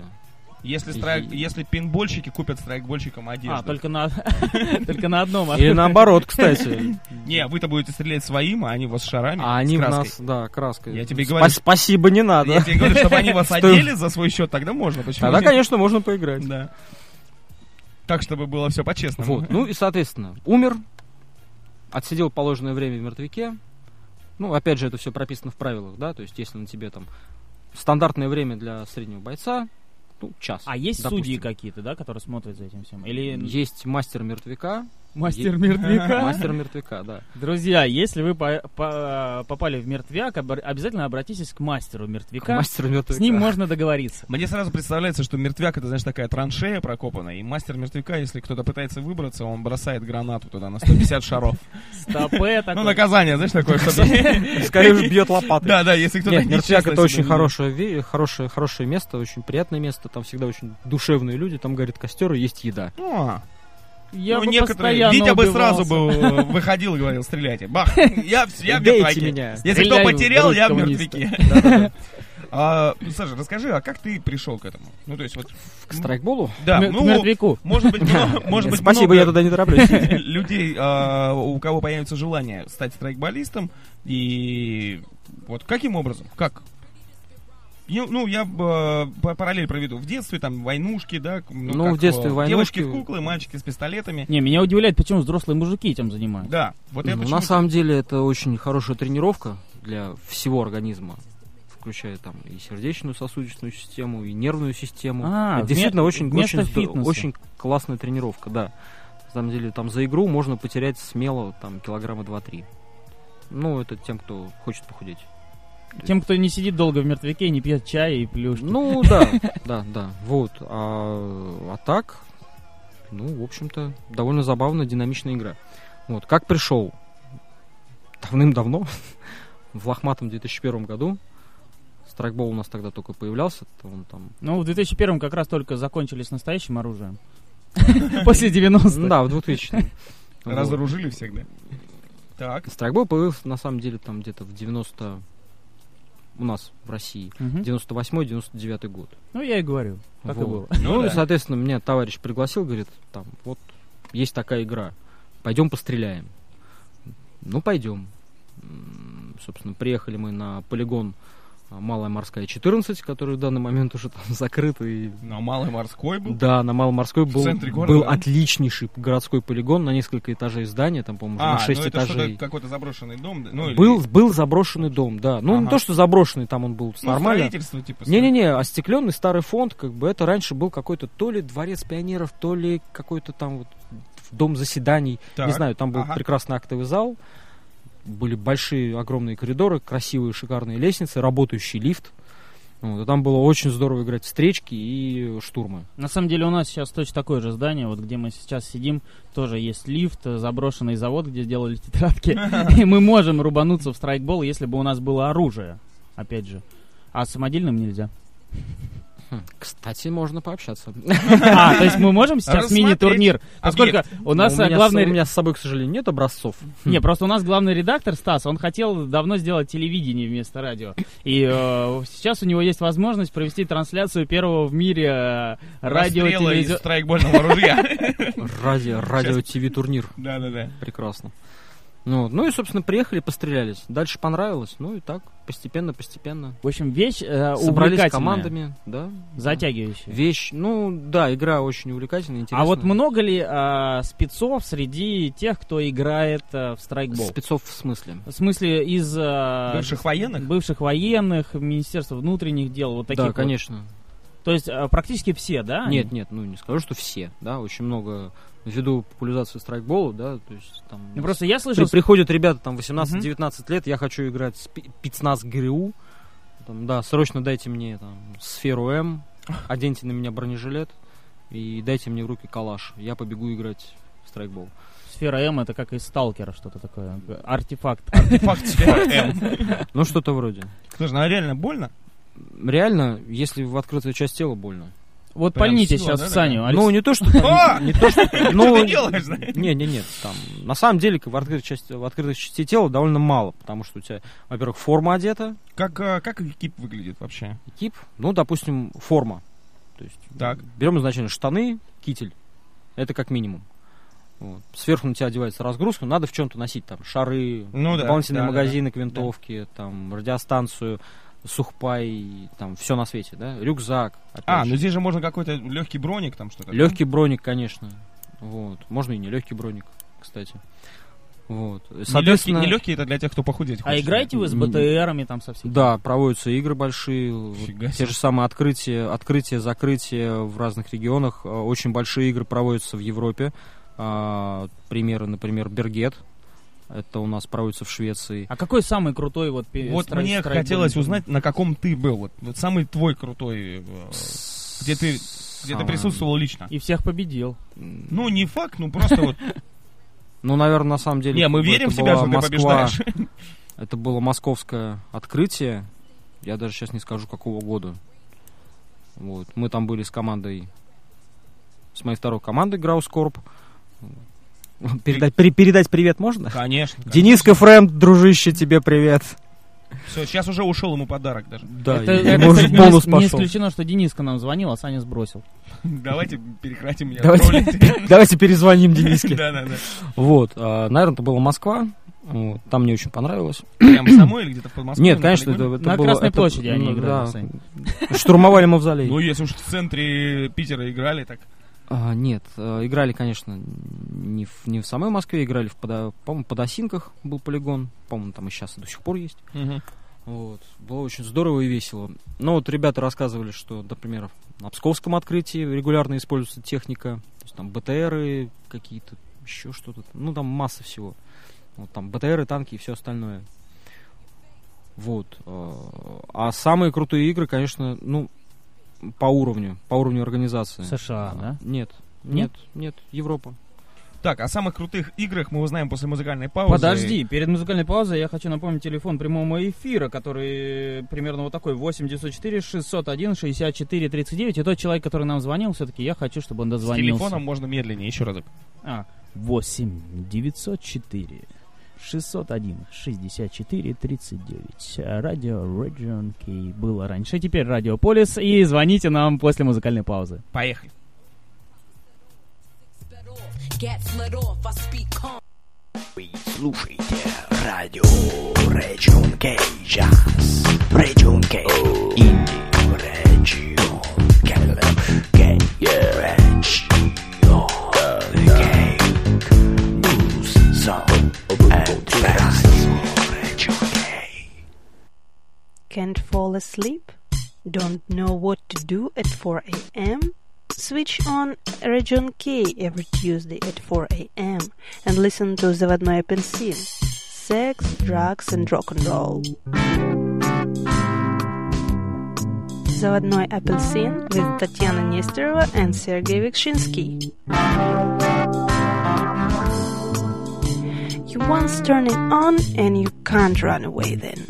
Если пинбольщики купят страйкбольщикам одежду. Только на только на одном. Или наоборот, кстати. Не, вы-то будете стрелять своим, а они вас с шарами, А они с в краской. нас, да, краской. Я тебе говорю, Спасибо, не надо. Я тебе говорю, чтобы они вас Что? одели за свой счет, тогда можно. Почему Тогда, нет? конечно, можно поиграть. Да. Так, чтобы было все по-честному. Вот. Ну и, соответственно, умер, отсидел положенное время в мертвяке. Ну, опять же, это все прописано в правилах, да, то есть если на тебе там стандартное время для среднего бойца, ну, час. А есть допустим. судьи какие-то, да, которые смотрят за этим всем? Или Есть мастер мертвяка. мастер мертвяка? Мастер мертвяка, да. Друзья, если вы попали в мертвяк, обязательно обратитесь к мастеру К мертвяка. мастеру мертвяка. С ним можно договориться. Мне сразу представляется, что мертвяк это, знаешь, такая траншея прокопанная, и мастер мертвяка, если кто-то пытается выбраться, он бросает гранату туда на 150 шаров. Стопе Ну, такой. наказание, знаешь, такое, чтобы... Скорее уж бьет лопатой. Да, если кто-то Нет, мертвяк нечестно это очень себя хорошее место, очень приятное место. Там всегда очень душевные люди, там горит костер и есть еда. ведет. А, Я ну, бы некоторые... постоянно Витя бы убивался. сразу бы выходил и говорил, стреляйте. Бах! Я в Бейте мертвяке. меня. Если кто Стреляй в потерял, грудь я в коммуниста. мертвяке. Саша, расскажи, а как ты пришел к этому? Ну, то есть вот... К страйкболу? Да, К ну, мертвяку. может быть, может быть, Спасибо, много я туда не тороплюсь. людей, у кого появится желание стать страйкболистом, и вот каким образом? Как? Ну, я параллель проведу. В детстве там войнушки, да? Ну, как, в детстве войнушки. Девочки в куклы, мальчики с пистолетами. Не, меня удивляет, почему взрослые мужики этим занимаются. Да, вот я Ну, почему... на самом деле это очень хорошая тренировка для всего организма, включая там и сердечную сосудистую систему, и нервную систему. Это действительно вместо фитнеса. очень классная тренировка, да. На самом деле там за игру можно потерять смело там килограмма 2-3. Ну, это тем, кто хочет похудеть. Тем, кто не сидит долго в мертвяке и не пьет чая и плюшки. Ну, да, вот. А так, ну, в общем-то, довольно забавная, динамичная игра. Вот, как пришел давным-давно, в лохматом 2001 году, страйкбол у нас тогда только появлялся, он там... Ну, в 2001 как раз только закончились настоящим оружием. После 90-х. Да, в 2000-м. Разоружили всех, да? Так. Страйкбол появился, на самом деле, там где-то в 90... У нас, в России. Мгм. 98-99 год. Ну, я и говорю. Так и Вот. было. Ну, да. и, соответственно, меня товарищ пригласил, говорит, там, вот, есть такая игра, пойдем постреляем. Ну, пойдем. Собственно, приехали мы на полигон Малая Морская 14, который в данный момент уже там закрыт. И... На Малой Морской был? Да, на Малой Морской был города, да? отличнейший городской полигон на несколько этажей здания, там, по-моему, на 6 этажей. Это какой-то заброшенный дом? Ну, был заброшенный дом, да. Ну, не то, что заброшенный, там он был нормально. Строительство, типа. Не-не-не, остекленный старый фонд, как бы это раньше был какой-то то ли дворец пионеров, то ли какой-то там вот дом заседаний. Так. Не знаю, там был прекрасный актовый зал. Были большие, огромные коридоры, красивые, шикарные лестницы, работающий лифт. Вот, и там было очень здорово играть в встречки и штурмы. На самом деле у нас сейчас точно такое же здание, вот где мы сейчас сидим, тоже есть лифт, заброшенный завод, где сделали тетрадки. И мы можем рубануться в страйкбол, если бы у нас было оружие, опять же. А самодельным нельзя. Кстати, можно пообщаться. То есть мы можем сейчас мини-турнир? Поскольку у нас главный... У меня с собой, к сожалению, нет образцов. Не, просто у нас главный редактор Стас, он хотел давно сделать телевидение вместо радио. И сейчас у него есть возможность провести трансляцию первого в мире расстрела из страйкбольного ружья. Радио-ТВ-турнир. Да-да-да. Прекрасно. Ну и, собственно, приехали, пострелялись. Дальше понравилось. Ну и так, постепенно. В общем, вещь собрались командами, да. Затягивающая. Вещь, да, игра очень увлекательная, интересная. А вот много ли спецов среди тех, кто играет в страйкбол? Спецов в смысле? В смысле из... бывших военных? Бывших военных, Министерства внутренних дел, вот таких. Да, конечно. То есть практически все, да? Нет, не скажу, что все, да, очень много... Ввиду популяризации страйкбола, да, то есть там... Просто я слышал... Приходят ребята там 18-19 лет, я хочу играть спецназ ГРУ, там, да, срочно дайте мне там сферу М, оденьте на меня бронежилет и дайте мне в руки калаш, я побегу играть в страйкбол. Сфера М — это как из Сталкера что-то такое, артефакт сфера М. Ну, что-то вроде. Слушай, ну а реально больно? Реально, если в открытую часть тела, больно. Вот пальните сейчас в Саню. Ну, не то, что... Не то, что... Ну, ты делаешь, да? Нет, там, на самом деле, в открытой части тела довольно мало, потому что у тебя, во-первых, форма одета. Как экип выглядит вообще? Экип? Ну, допустим, форма. То есть, берем изначально штаны, китель. Это как минимум. Вот. Сверху на тебя одевается разгрузка, надо в чем-то носить, там, шары, дополнительные магазины к винтовке, там, радиостанцию, сухпай, там, все на свете, да, рюкзак. Ну здесь же можно какой-то легкий броник, там что-то. Легкий броник, конечно. Вот. Можно и не легкий броник, кстати. Вот. Соответственно... Не легкий, это для тех, кто похудеть хочет. А играете вы с БТРами там совсем? Да, проводятся игры большие. Те же самые открытия, закрытия в разных регионах. Очень большие игры проводятся в Европе. Примеры, например, Бергет. Это у нас проводится в Швеции. А какой самый крутой вот мне хотелось узнать, на каком ты был. Вот самый твой крутой, где ты присутствовал лично. И всех победил. Ну, не факт, просто вот. Ну, наверное, на самом деле... Не, мы верим в тебя, что ты побеждаешь. Это было московское открытие. Я даже сейчас не скажу, какого года. Вот. Мы там были с моей второй командой Граускорп. Передать привет можно? Конечно. Дениска Френд, дружище, тебе привет. Все, сейчас уже ушел ему подарок даже. Да, это может, бонус пошел. Не исключено, что Дениска нам звонил, а Саня сбросил. Давайте прекратим меня. Давайте перезвоним Дениске. Да. Вот, наверное, это была Москва. Там мне очень понравилось. Прямо самой или где-то в Подмосковье? Нет, конечно, это на было... Красной площади они играли. Штурмовали мавзолей. Ну, если уж в центре Питера играли, так... Нет, играли, конечно, не в самой Москве, играли, по-моему, под Осинках был полигон, по-моему, там и сейчас до сих пор есть. Вот. Было очень здорово и весело. Но вот ребята рассказывали, что, например, на Псковском открытии регулярно используется техника, то есть там БТРы какие-то, еще что-то, ну там масса всего. Вот, там БТРы, танки и все остальное. Вот. А самые крутые игры, конечно, по уровню организации. США, да? Нет, Европа. Так, о самых крутых играх мы узнаем после музыкальной паузы. Подожди, перед музыкальной паузой я хочу напомнить телефон прямого эфира, который примерно вот такой: 8-904-601-64-39. И тот человек, который нам звонил, все-таки я хочу, чтобы он дозвонился. С телефоном можно медленнее, еще разок. 8-904-601-64-39. Радио Region K было раньше, теперь Радио Полис. И звоните нам после музыкальной паузы. Поехали. Вы слушаете Радио Region K Jazz. Region K. Indie Region K. Yeah. Region K. News, sound, and facts. Region K. Can't fall asleep? Don't know what to do at 4 a.m.? Switch on Region K every Tuesday at 4 a.m. and listen to Заводной Апельсин. Sex, drugs and rock and roll. Заводной Апельсин with Tatiana Nesterova and Sergey Vikshinsky. You once turn it on and you can't run away then.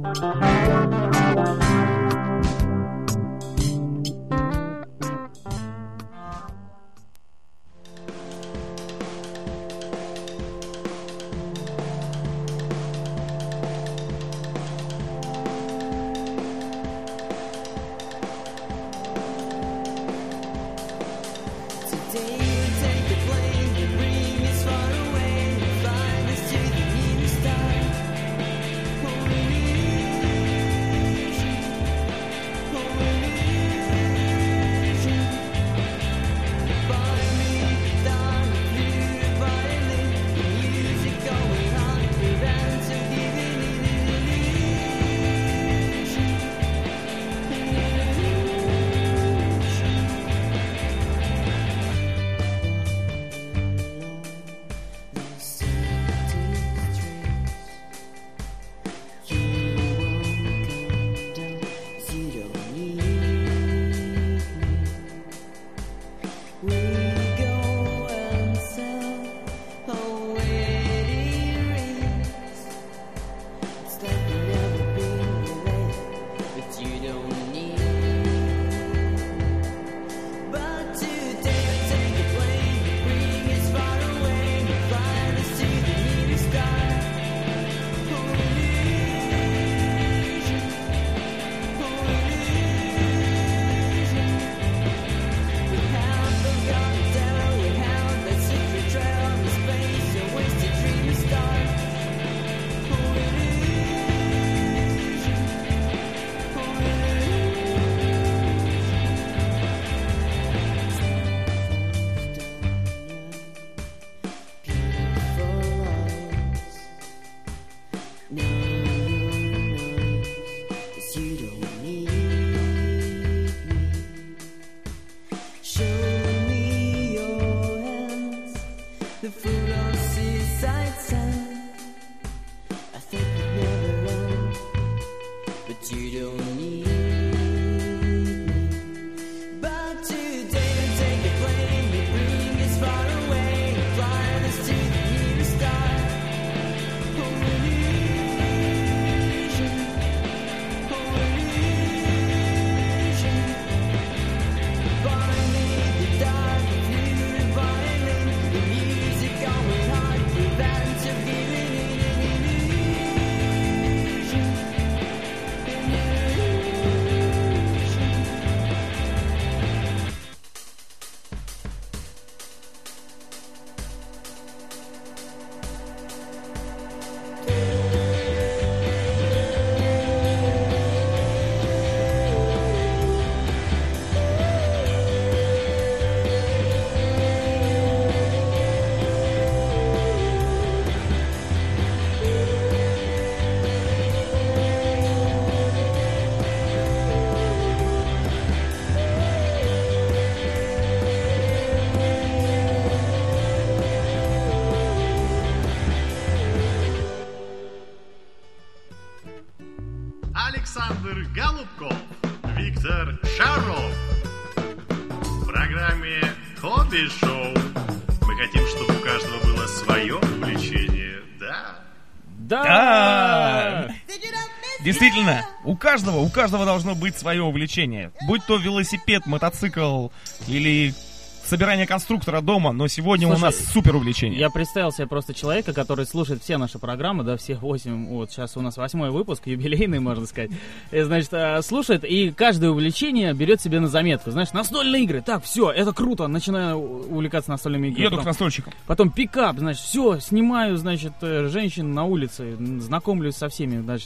Александр Голубков, Виктор Шаров. В программе «Хобби Шоу» мы хотим, чтобы у каждого было свое увлечение, да? Да! Действительно, у каждого должно быть свое увлечение. Будь то велосипед, мотоцикл или собирание конструктора дома, но сегодня у нас супер увлечение. Я представил себе просто человека, который слушает все наши программы, да, все 8, вот сейчас у нас 8-й выпуск, юбилейный, можно сказать. И, значит, слушает, и каждое увлечение берет себе на заметку. Знаешь, настольные игры, так, все, это круто, начинаю увлекаться настольными играми. Еду к настольщикам. Потом пикап, значит, все, снимаю, значит, женщин на улице, знакомлюсь со всеми, значит.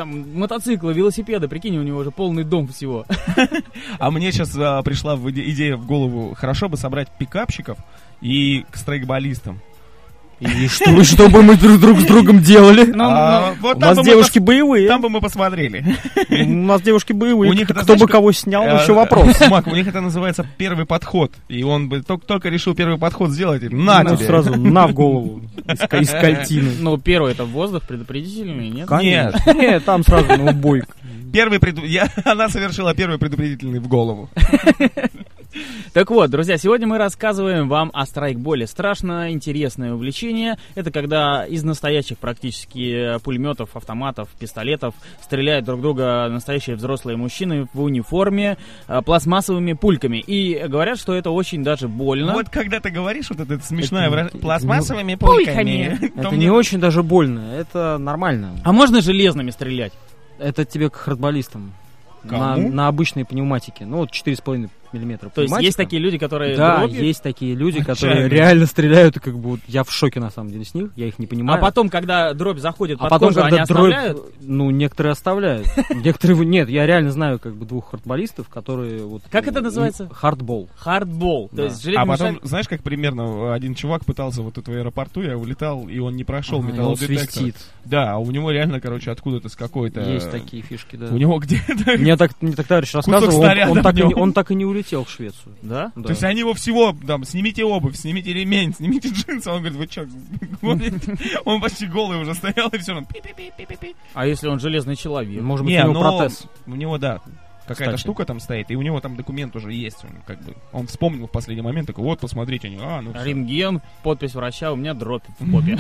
там мотоциклы, велосипеды, прикинь, у него уже полный дом всего. А мне сейчас пришла идея в голову, хорошо бы собрать пикапщиков и к страйкболистам. И что бы мы друг с другом делали? Вот У нас девушки боевые. Там бы мы посмотрели. У нас девушки боевые. У них это, Кто бы знаешь, кого снял, еще вопрос. Мак, у них это называется первый подход. И он бы только решил первый подход сделать. На Ну, тебе. сразу на в голову из кальтины. Ну, первый это воздух предупредительный, нет? Нет. Нет, там сразу на убой. Она совершила первый предупредительный в голову. Так вот, друзья, сегодня мы рассказываем вам о страйкболе. Страшно интересное увлечение. Это когда из настоящих практически пулеметов, автоматов, пистолетов стреляют друг друга настоящие взрослые мужчины в униформе пластмассовыми пульками. И говорят, что это очень даже больно. Вот когда ты говоришь вот это смешное Это- выражение, пластмассовыми пульками. пульками, Это не очень даже больно, это нормально. А можно железными стрелять? Это тебе к хардболистам. Кому? На обычной пневматике. Ну, вот 4,5 миллиметра То есть пневматика. есть такие люди, которые Да, дробью, есть такие люди, которые Отчаянные. реально стреляют, и как бы вот я в шоке на самом деле с них, я их не а понимаю. потом, когда дробь заходит А под потом, кожу, они когда дробь, оставляют? ну, некоторые оставляют. Некоторые, нет, я реально знаю как бы двух хардболистов, которые вот... Как это называется? Хардбол. Хардбол. То Да. есть А железный потом, шарик. знаешь, как примерно один чувак пытался вот тут в аэропорту, я улетал, и он не прошел Ага, и он металлодетектор. свистит. Да, а у него реально, короче, откуда-то с какой-то... Есть такие фишки, да. У него где-то... Мне так товарищ рассказывал, снаряда в нем. он так и не улетел в Швецию. Да? Да. То есть они его всего, там, снимите обувь, снимите ремень, снимите джинсы. Он говорит, вы что, гоните? Он почти голый уже стоял, и все, он пи-пи-пи-пи-пи. А если он железный человек? Может быть, Не, у него но протез. у него, да, какая-то Кстати. штука там стоит, и у него там документ уже есть. Он вспомнил в последний момент, такой, вот, посмотрите, они, ну всё. Рентген, подпись врача, у меня дробь в попе.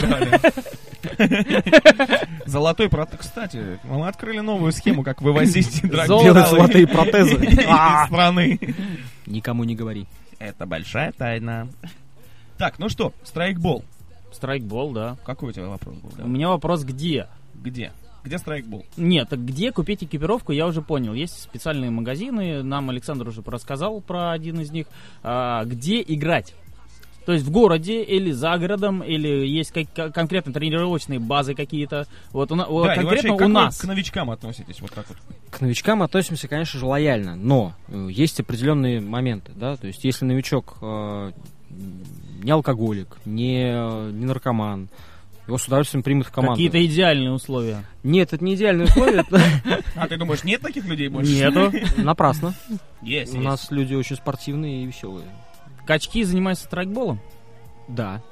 Золотой протез. Кстати, мы открыли новую схему, как вывозить Золото. Делать драгметаллы золотые протезы. из страны. Никому не говори. Это большая тайна. Так, ну что, страйкбол. Страйкбол, да. Какой у тебя вопрос был? У меня вопрос, где? Где? Где страйкбол? Нет, так где купить экипировку, я уже понял. Есть специальные магазины, нам Александр уже рассказал про один из них. Где играть? То есть в городе или за городом, или есть конкретно тренировочные базы какие-то. Вот, Да, и конкретно вообще, как у вы нас. к новичкам относитесь? Вот так вот. К новичкам относимся, конечно же, лояльно, но есть определенные моменты, да, то есть если новичок не алкоголик, не наркоман, его с удовольствием примут в команду. Какие-то идеальные условия. Нет, это не идеальные условия, А ты думаешь, нет таких людей больше? Нету. напрасно. Есть, У нас люди очень спортивные и веселые. Качки занимаются страйкболом? Да.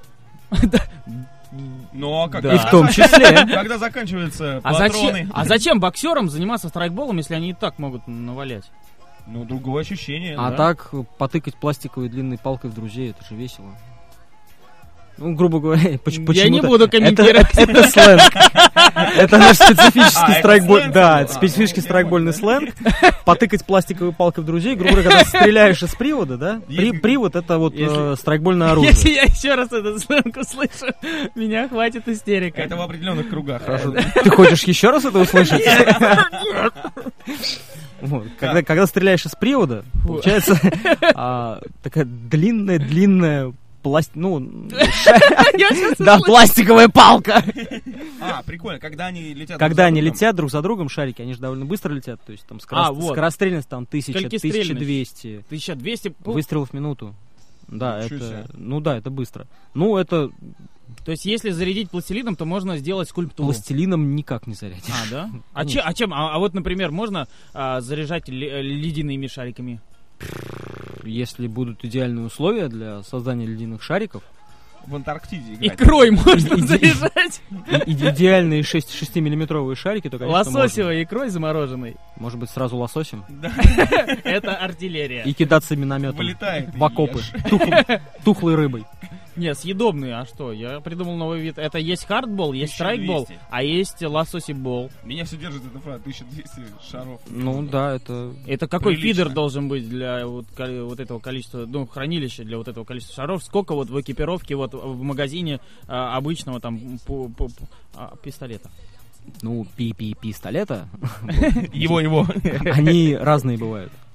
Ну, а как? Да. И в том числе. Когда заканчиваются А патроны? зачем боксерам заниматься страйкболом, если они и так могут навалять? Ну, другое ощущение. А да. так, потыкать пластиковой длинной палкой в друзей, это же весело. Ну, грубо говоря, почему-то... Я не буду комментировать. Это сленг. Это наш специфический это страйкбол. сленг? Да, это специфический страйкбольный сленг. Потыкать пластиковой палкой в друзей. Грубо говоря, когда стреляешь из привода, да? Привод — это вот Если- страйкбольное оружие. Если я еще раз этот сленг услышу, меня хватит истерика. Это в определенных кругах. Ты хочешь еще раз это услышать? Вот, когда стреляешь из привода, получается такая длинная да, пластиковая палка. А, прикольно, когда они летят... Когда друг они за другом. летят друг за другом, шарики, они же довольно быстро летят, то есть там вот. скорострельность там 1000, Сколькистрельность? 1200 1200. выстрелов в минуту. Да, Ничего себе. это быстро. Ну, это То есть, если зарядить пластилином, то можно сделать скульптуру. пластилином никак не зарядишь. Да? Конечно. Чем? А вот, например, можно заряжать ледяными шариками? Если будут идеальные условия для создания ледяных шариков, В Антарктиде играть. Икрой можно заряжать. идеальные 6-миллиметровые шарики, то, конечно, Лососевой икрой замороженной. можно. Может быть, сразу лососем. Это артиллерия. И кидаться минометом Вылетает. в окопы. Тухлой рыбой. Не, съедобные, а что? Я придумал новый вид. Это есть хардбол, есть 1200. страйкбол, а есть лососибол. Меня все держит эта фраза, 1200 шаров. Ну да, это... Это какой Прилично. фидер должен быть для вот этого количества, хранилища для вот этого количества шаров? Сколько вот в экипировке вот в магазине обычного там пистолета? Ну, пистолета, Его. они разные бывают.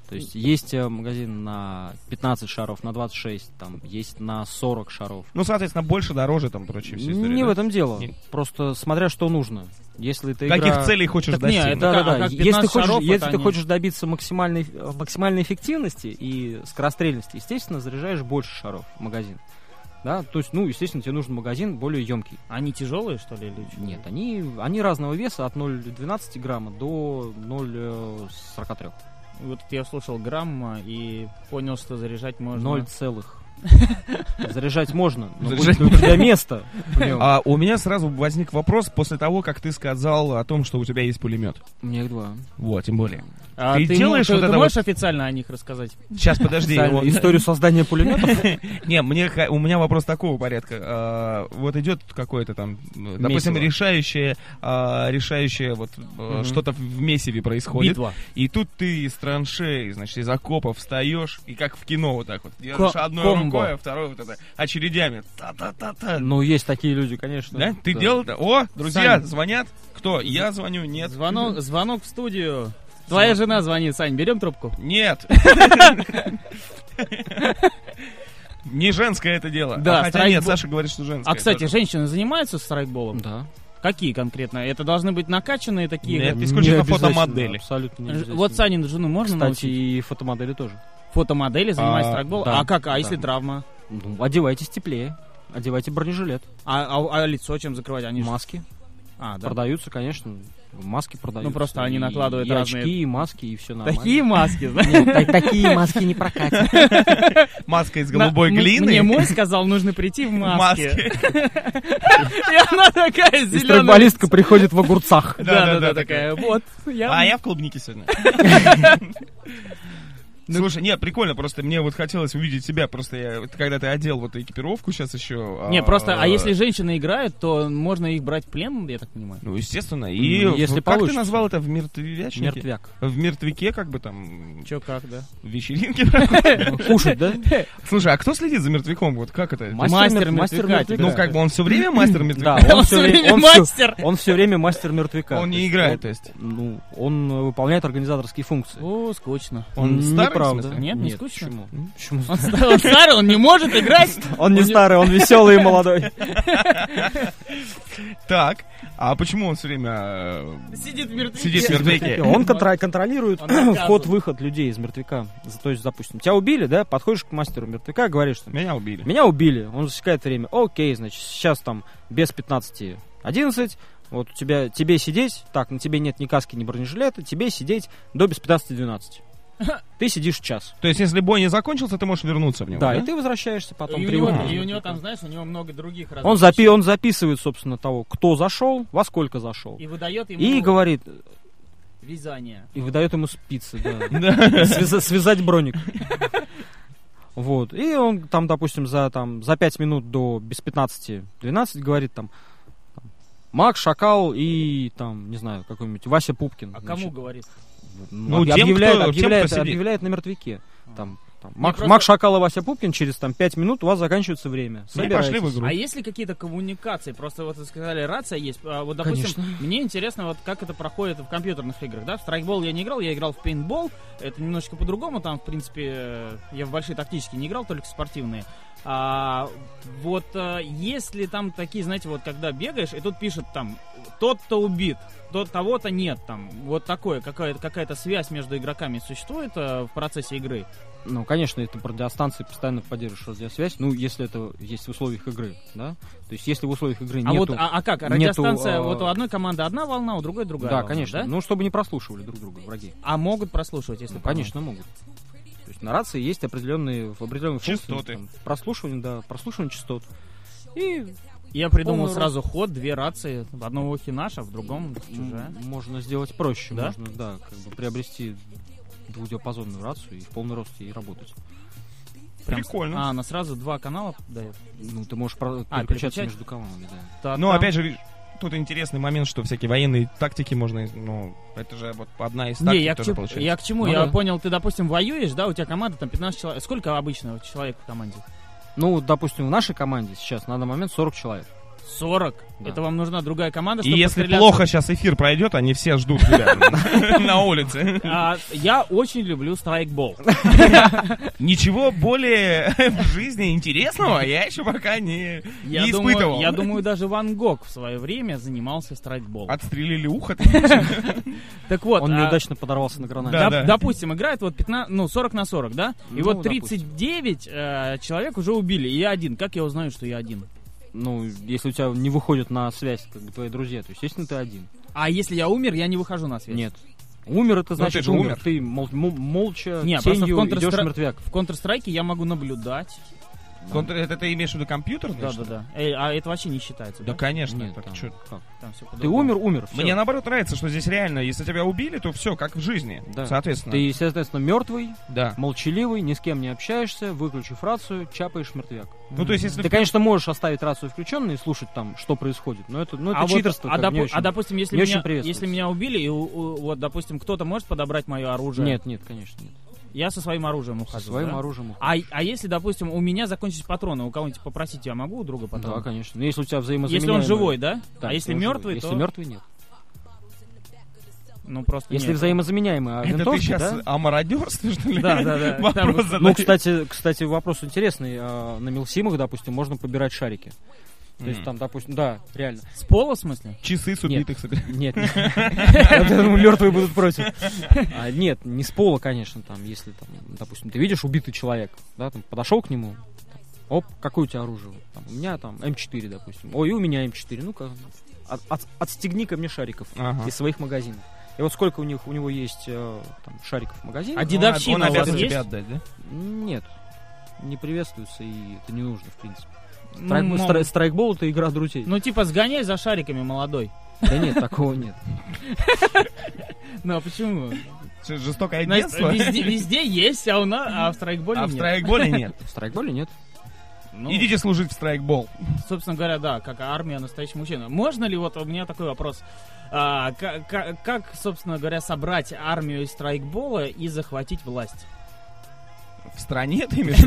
То есть есть магазин на 15 шаров, на 26, там есть на 40 шаров. Ну, соответственно, больше, дороже, там, прочее, все истории. Не да? в этом дело. Не. Просто смотря что нужно. Если ты Каких целей хочешь Так не, достигнуть? это- Да. как Если 15 шаров, если это ты они- хочешь добиться максимальной эффективности и скорострельности, естественно, заряжаешь больше шаров в магазин. Да, то есть, естественно, тебе нужен магазин более емкий. Они тяжелые, что ли, или что? Нет, они разного веса, от 0,12 грамма до 0,43. Вот я слушал грамма и понял, что заряжать можно. 0 целых. Заряжать можно, но Заряжать будет ли у тебя место в нем? А у меня сразу возник вопрос после того, как ты сказал о том, что у тебя есть пулемет. У меня их 2. Вот, тем более. А Ты ты делаешь вот ты это можешь официально о них рассказать? Сейчас, подожди. вот- Историю создания пулеметов? Не, у меня вопрос такого порядка. Вот идет какое-то там, допустим, Месиво. решающее вот что-то в месиве происходит. Битва. И тут ты из траншеи, значит, из окопов встаешь, и как в кино вот так вот. Держишь одной комбо. рукой, а второй вот это очередями. Та-та-та-та. Ну, есть такие люди, конечно. Да? Ты делал это? О, друзья, звонят. Кто? Я звоню, нет. Звонок в студию. Твоя жена звонит, Сань, берем трубку? Нет. Не женское это дело. Да, Хотя нет, страйкбол. Саша говорит, что женское. А, кстати, тоже. женщины занимаются страйкболом? Да. Какие конкретно? Это должны быть накачанные такие? Нет, как- исключительно Не обязательно, фотомодели. Абсолютно не обязательно. Вот Санину жену можно Кстати, научить? и фотомодели тоже. Фотомодели занимаются А, страйкболом? да, А как? А да. если травма? Ну, одевайтесь теплее. Одевайте бронежилет. А лицо чем закрывать? Они же- Маски А, да. продаются, конечно. Маски продаются. Ну, просто они И- накладывают и разные- очки, и маски, и все нормально. Такие маски, знаешь? Нет, такие маски не прокатят. Маска из голубой глины. Мне мой сказал, нужно прийти в маске. Маски. И она такая И зеленая. страйкболистка приходит в огурцах. Да, такая. Вот. А я в клубнике сегодня. Слушай, нет, прикольно, просто мне вот хотелось увидеть себя, просто когда ты одел вот экипировку сейчас еще... Не, просто, а если женщины играют, то можно их брать в плен, я так понимаю. Ну, естественно, и Если как ты получится. назвал это в мертвячнике? Мертвяк. В мертвяке как бы там Чё, как, да? вечеринки. Кушать, да? Слушай, а кто следит за мертвяком? Вот как это? Мастер мертвяка, Ну, как бы он все время мастер Да, мертвяка? он все время мастер. Он все время мастер мертвяка. Он То не есть играет, то есть? Ну, он выполняет организаторские функции. О, скучно. Он старый, в Неправда. смысле? Нет, не скучно? Почему? Почему? Он старый, он не может играть. Он не старый, он веселый и молодой. Так, а почему он все время Сидит в мертвяке. сидит в мертвяке? Он контролирует Он наказан. вход-выход людей из мертвяка. То есть, допустим, тебя убили, да, подходишь к мастеру мертвяка, говоришь, что Меня убили. меня убили, он засекает время. Окей, значит, сейчас там без 15:11, вот у тебя, тебе сидеть, так, на тебе нет ни каски, ни бронежилета, тебе сидеть до без 15:12. Ты сидишь час. То есть, если бой не закончился, ты можешь вернуться в него, Да, и ты возвращаешься потом. И у привыкнешь. него там, знаешь, у него много других разных Он вещей. записывает, собственно, того, кто зашел, во сколько зашел. И выдает ему И говорит, вязание. и выдает ему спицы, да. Да. Связать броник. Вот. И он там, допустим, за 5 минут до без 15:12 говорит там Мак, Шакал и там, не знаю, какой-нибудь Вася Пупкин. А значит. кому говорит? Ну, тем, объявляет, кто сидит. объявляет на мертвяке. Там, Не, Мак, просто- Мак, Шакал и Вася Пупкин через 5 минут у вас заканчивается время. Ну, Собирайтесь. пошли в игру. А есть ли какие-то коммуникации? Просто вот вы сказали, рация есть. А вот, допустим, Конечно. мне интересно, вот как это проходит в компьютерных играх, да? В страйкбол я не играл, я играл в пейнтбол. Это немножечко по-другому. Там, в принципе, я в большие тактические не играл, только спортивные. Если там такие, знаете, вот когда бегаешь, и тут пишет там, тот-то убит, того-то нет, там, вот такое, какая-то связь между игроками существует в процессе игры? Ну, конечно, это по радиостанции постоянно поддерживаешь радиосвязь, ну, если это есть в условиях игры, да? То есть, если в условиях игры нету... Как? нету, Радиостанция, вот у одной команды одна волна, у другой другая Да, волна, конечно. да? Ну, чтобы не прослушивали друг друга враги. А могут прослушивать, если Ну, конечно, могут. То есть на рации есть определенные функции. Частоты. Там, прослушивание частот. И Я придумал Полный сразу ход, 2 рации. В одном ухе наша, в другом чужая. можно сделать проще. Да? Можно, да, как бы приобрести двухдиапазонную рацию и в полный рост ей работать. Прикольно. Она сразу 2 канала дает. Ну, ты можешь переключаться переключать? между командами, да. Так, Ну, там- опять же, видишь, тут интересный момент, что всякие военные тактики можно, ну, это же вот одна из тактик Не, я к, тоже чему, получается. я к чему? Ну Я да. понял, ты, допустим, воюешь, да, у тебя команда там 15 человек. Сколько обычно человек в команде? Ну, допустим, в нашей команде сейчас на данный момент 40 человек. 40? Да. Это вам нужна другая команда, И чтобы если постреляться? плохо сейчас эфир пройдет, они все ждут тебя на улице. Я очень люблю страйкбол. Ничего более в жизни интересного я еще пока не испытывал. Я думаю, даже Ван Гог в свое время занимался страйкболом. Отстрелили ухо. Так вот, Он неудачно подорвался на гранате. Да. допустим, играет вот 40 на 40, да? И Ну, вот 39 человек уже убили, и я один. Как я узнаю, что я один? Ну, если у тебя не выходят на связь как бы твои друзья, то, естественно, ты один. А если я умер, я не выхожу на связь? Нет. Умер, это Ну, значит ты же умер. умер. Ты молча, Не, просто тенью в идешь в мертвяк. В Counter-Strike я могу наблюдать. Это ты имеешь в виду компьютер? Да. А это вообще не считается, Да, да? конечно. Нет, так там, чё? как? Там всё Ты по-другому. умер, всё. Мне наоборот нравится, что здесь реально, если тебя убили, то все, как в жизни. Да. Соответственно. Ты, соответственно, мертвый, Да. молчаливый, ни с кем не общаешься, выключив рацию, чапаешь мертвяк. Ну, то есть, если Ты, конечно, можешь оставить рацию включенной и слушать там, что происходит, но это читерство. как бы не очень- допустим, если не очень меня, приветствуется. если меня убили, и вот, допустим, кто-то может подобрать мое оружие? Нет, конечно, нет. Я со своим оружием Со ухожу, своим да? оружием. А если, допустим, у меня закончились патроны, у кого-нибудь попросить я могу у друга Да, патроны? конечно. Но если у тебя взаимозаменяемые... Если он живой, да? Да, А если он живой. мертвый, то... Если мертвый, нет. Ну, просто Если нет. взаимозаменяемые, а это ты винтовки, сейчас да? о мародерстве, что ли? Да. Вопрос Там, Ну, задаешь. кстати, вопрос интересный. На Милсимах, допустим, можно побирать шарики. То есть там, допустим, да, реально. С пола, в смысле? Часы с убитых собирают. Нет. Я думаю, мертвые будут против. Нет, не с пола, конечно, там, если, там, допустим, ты видишь убитый человек, да, там, подошел к нему, оп, какое у тебя оружие? Там, у меня там М4, допустим. Ой, и у меня М4. Ну-ка, отстегни ко мне шариков Ага. из своих магазинов. И вот сколько у него есть там, шариков в магазине? А дедовщина Он у вас обязан есть? тебе отдать, да? Нет, не приветствуется, и это не нужно, в принципе. Ну, Страйкбол — это игра друзей. Ну, типа, сгоняй за шариками, молодой. Да нет, такого нет. Ну, а почему? Что, жестокое Значит, детство? везде есть, а в страйкболе А в нет. страйкболе нет. В страйкболе нет. Ну, Идите служить в страйкбол. собственно говоря, да, как армия настоящий мужчина. Можно ли, вот у меня такой вопрос, как, собственно говоря, собрать армию из страйкбола и захватить власть? В стране ты имеешь в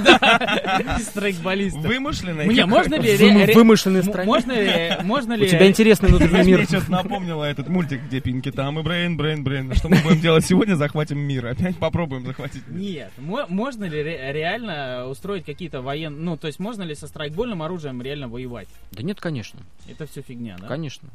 виду? Страйкболистов. Вымышленное? Мне можно ли... Вымышленной стране. Можно У ли... тебя интересный внутренний Мне мир. сейчас напомнило этот мультик, где Пинки там и Брейн. Что мы будем делать сегодня? Захватим мир. Опять попробуем захватить мир. Нет, можно ли реально устроить какие-то военные... Ну, то есть можно ли со страйкбольным оружием реально воевать? Да нет, конечно. Это все фигня, да? Конечно.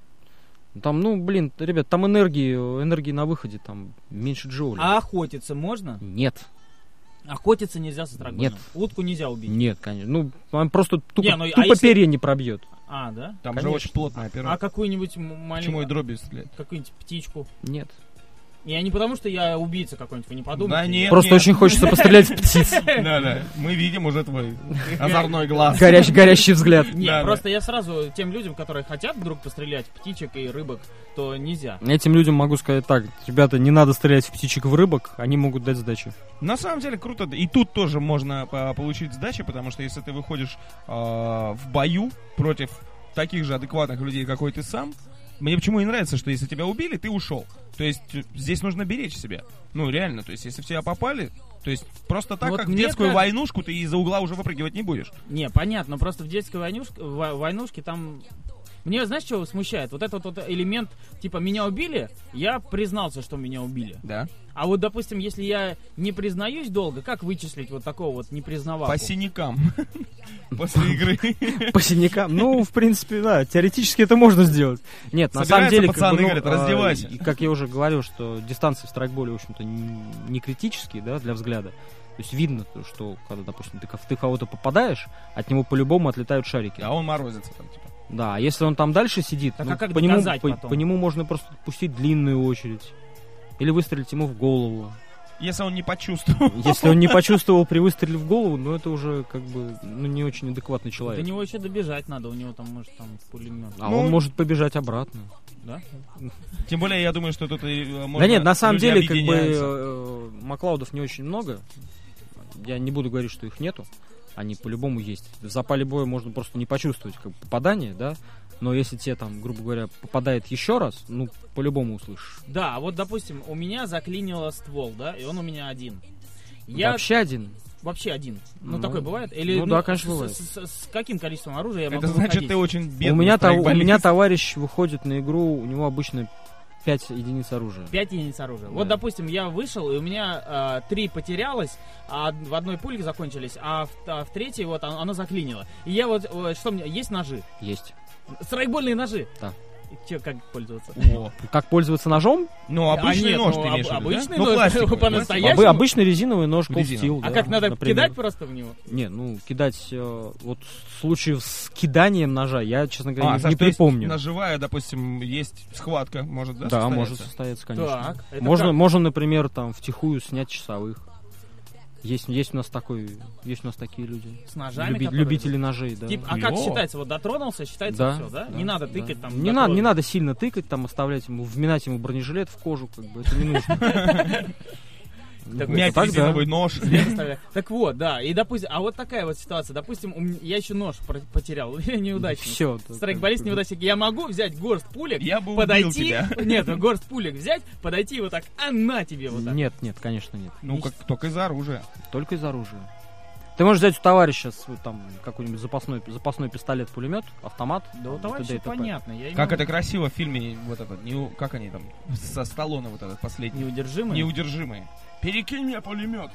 Там, ребят, там энергии на выходе, там меньше джоулей. А охотиться можно? Нет. Охотиться нельзя со страйкбольным? Нет. Утку нельзя убить? Нет, конечно. Он просто тупо, Не, ну, а тупо если- перья не пробьет. А, да? Там же Конечно. очень плотная А операция. какую-нибудь Почему и маленькую... дробью стрелять? Какую-нибудь птичку? Нет. Я не потому, что я убийца какой-нибудь, вы не подумайте. Да нет. Просто очень хочется пострелять в птиц. Да. Мы видим уже твой озорной глаз. Горящий взгляд. Нет, Да, просто я сразу тем людям, которые хотят вдруг пострелять в птичек и рыбок, то нельзя. Этим людям могу сказать так. Ребята, не надо стрелять в птичек, в рыбок, они могут дать сдачу. На самом деле круто. И тут тоже можно получить сдачи, потому что если ты выходишь в бою против таких же адекватных людей, какой ты сам, мне почему и нравится, что если тебя убили, ты ушел. То есть здесь нужно беречь себя. Ну, реально, то есть если в тебя попали, то есть просто так, Вот как в мне детскую кажется- войнушку, ты из-за угла уже выпрыгивать не будешь. Не, понятно, просто в детской войнушке там... Мне, знаешь, что смущает? Вот этот вот элемент, типа, меня убили, я признался, что меня убили. Да. А вот, допустим, если я не признаюсь долго, как вычислить вот такого вот непризнаваку? По синякам. После игры. По синякам. Ну, в принципе, да, теоретически это можно сделать. Нет, на самом Собираются деле... пацаны, говорят, раздевайся. И как я уже говорил, что дистанции в страйкболе, в общем-то, не критические, да, для взгляда. То есть видно, что, когда, допустим, ты кого-то попадаешь, от него по-любому отлетают шарики. А он морозится там, типа. Да, а если он там дальше сидит, Так а как по нему, доказать потом? по нему можно просто пустить длинную очередь. Или выстрелить ему в голову. Если он не почувствовал. Если он не почувствовал при выстреле в голову, ну это уже как бы не очень адекватный До человек. него еще добежать надо, у него там, может, там пулемет. А Ну, он может побежать обратно. Да? Тем более, я думаю, что тут можно... Да нет, на самом люди деле, как объединяются. бы, Маклаудов не очень много. Я не буду говорить, что их нету. Они по-любому есть. В запале боя можно просто не почувствовать как бы, попадание, да. Но если тебе там, грубо говоря, попадает еще раз, ну, по-любому услышишь. Да, вот, допустим, у меня заклинило ствол, да, и он у меня один. Вообще один. вообще один? Ну, Ну, такое бывает? Или, ну да, конечно, бывает. С каким количеством оружия я могу Это значит, выходить? ты очень бедный У меня страйкболист. товарищ выходит на игру, у него обычно 5 единиц оружия. 5 единиц оружия. Да. Вот, допустим, я вышел, и у меня 3 потерялось, а в одной пульке закончились, а в третьей вот оно заклинило. И я вот, что мне, есть ножи? Есть. Страйкбольные ножи? Да. Че, как пользоваться? О. Как пользоваться ножом? Ну, обычный нет, нож ну, ты имеешь в виду, обычный да? нож, Ну, пластиковый. по-настоящему. Обычный резиновый нож Cold Резиновый. Steel. А да, как надо например. кидать просто в него? Не, ну, кидать... вот случаев с киданием ножа я, честно говоря, Саш, не то есть припомню. ножевая, допустим, есть схватка, может, да? Да, состояться? может состояться, конечно. Так, это Можно, как? можно, например, там втихую снять часовых. Есть у нас такие люди. С ножами, которые- Любители ножей, да. Типа, а как Клево. считается? Вот дотронулся, считается Да, все, да? да, Не надо да. тыкать там. Не надо сильно тыкать, там оставлять ему, вминать ему бронежилет в кожу, как бы это не нужно. Такой, Мять так, да. резиновый нож. Так вот, да, и допустим, а вот такая вот ситуация, допустим, я еще нож потерял, я неудачник. Все. Страйкболист неудачник, я могу взять горсть пулек, Я бы убил подойти, тебя. нет, горсть пулек взять, подойти вот так, а на тебе вот так. Нет, конечно, нет. Ну, как только из оружия. Только из оружия. Ты можешь взять у товарища там какой-нибудь запасной пистолет, пулемет, автомат. Да у и товарища т.д. и т.п. понятно, я Как это красиво в фильме, вот этот, как они там, со Сталлоне вот этот последний. неудержимый. Неудержимые. Перекинь мне пулемет.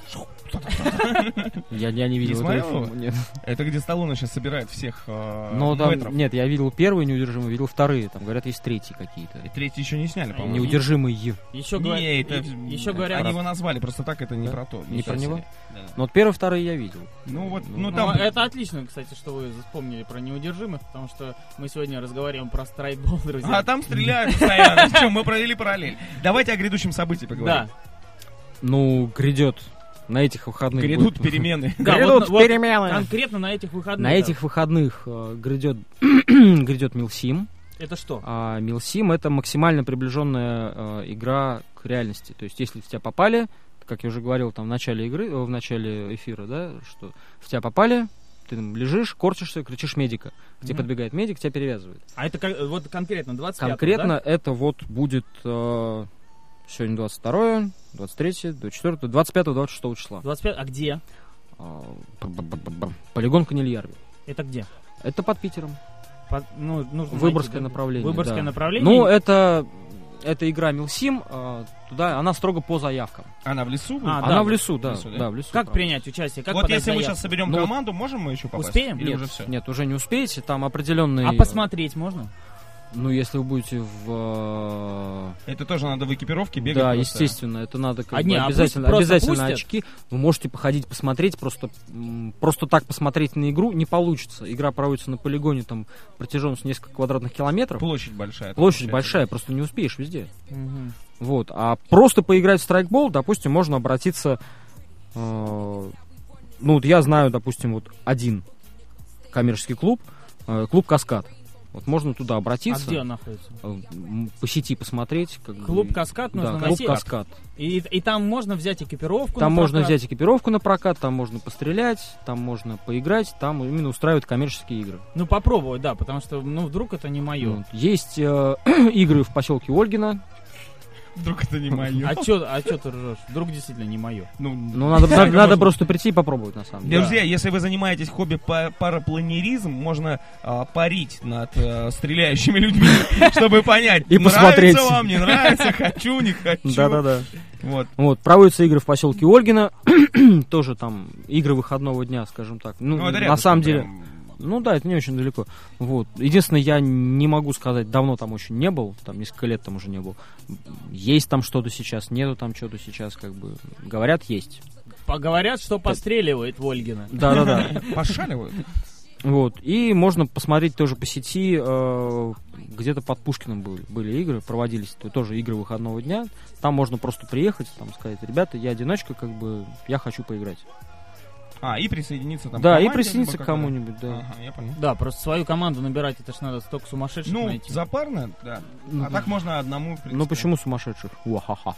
Я не видел Не этого смотрел? фильма, нет. Это где Сталлоне сейчас собирает всех Но там, мэтров. нет, я видел первые неудержимые, видел вторые. Там, говорят, есть третьи какие-то. И третий еще не сняли, по-моему. Неудержимые. Еще Не, еще говорят, Они его назвали, просто так это не Да? про то. Не про Сейчас него? они- да. Но вот первые, вторые я видел. Ну вот, Ну, ну там... это отлично, кстати, что вы вспомнили про неудержимых, потому что мы сегодня разговариваем про страйкбол, друзья. А там стреляют постоянно. Что, мы провели параллель. Давайте о грядущем событии поговорим. Да. Ну, грядет на этих выходных. Грядут будет- перемены. Да, Грядут вот перемены. конкретно на этих выходных. На да. этих выходных грядет Милсим. Это что? А Милсим — это максимально приближенная игра к реальности. То есть, если в тебя попали, как я уже говорил там в начале игры, в начале эфира, да, что в тебя попали, ты там лежишь, корчишься, кричишь медика. К тебе подбегает медик, тебя перевязывает. А это вот конкретно 25-го, Конкретно да? это вот будет сегодня 22, 23, 24, 25, 26 числа. 25, а где? Полигон Канильярви. Это где? Это под Питером. Ну, нужно Выборгское найти, да? направление. Выборгское да. направление? Ну, это игра Милсим, туда она строго по заявкам. Она в лесу будет? А, Она да, в лесу, да. в лесу, да? Да, в лесу. Как правда. принять участие? Как Вот подать если мы заявку? сейчас соберем Ну, команду, можем мы еще попасть? Успеем? Или Нет, уже все? нет, уже не успеете, там определенные... А посмотреть можно? Ну, если вы будете в... Это тоже надо в экипировке бегать? Да, просто? естественно, это надо как А бы не, а обязательно, пусть просто обязательно пустят? очки. Вы можете походить, посмотреть, просто так посмотреть на игру не получится. Игра проводится на полигоне, там, протяженность несколько квадратных километров. Площадь большая. Площадь большая, просто не успеешь везде. Вот. А просто поиграть в страйкбол, допустим, можно обратиться... ну, вот я знаю, допустим, вот один коммерческий клуб, клуб «Каскад». Вот можно туда А обратиться. где он находится? По сети посмотреть. Как бы. Клуб «Каскад» нужно Да, клуб найти. «Каскад». И там можно взять экипировку. Там на можно прокат. взять экипировку на прокат, там можно пострелять, там можно поиграть, там именно устраивают коммерческие игры. Ну, попробовать, да, потому что, ну, вдруг это не мое. Вот. Есть игры в поселке Ольгино. Вдруг это не мое. А чё ты ржешь? Вдруг действительно не мое. Ну, Ну, надо просто прийти и попробовать, на самом деле. Друзья, если вы занимаетесь хобби парапланеризм, можно парить над стреляющими людьми, чтобы понять, И посмотреть. нравится вам, не нравится, хочу, не хочу. Да-да-да. Вот. Вот, проводятся игры в поселке Ольгино, тоже там игры выходного дня, скажем так. Ну, Ну, это на рядышком самом деле... прям. Ну да, это не очень далеко. Вот. Единственное, я не могу сказать, давно там очень не был, там несколько лет там уже не был. Есть там что-то сейчас, нету там что-то сейчас, как бы. Говорят, есть. Говорят, что постреливает в Ольгино. Да-да-да. Пошаливают. Вот. И можно посмотреть тоже по сети, где-то под Пушкиным были игры, проводились тоже игры выходного дня. Там можно просто приехать, там сказать, ребята, я одиночка, как бы, я хочу поиграть. И присоединиться там к Да, и команде, присоединиться либо к кому-нибудь, да. Ага, я понял. Да, просто свою команду набирать, это ж надо столько сумасшедших Ну, найти. запарно, да. А так можно одному, в принципе. Ну почему сумасшедших? Уахаха.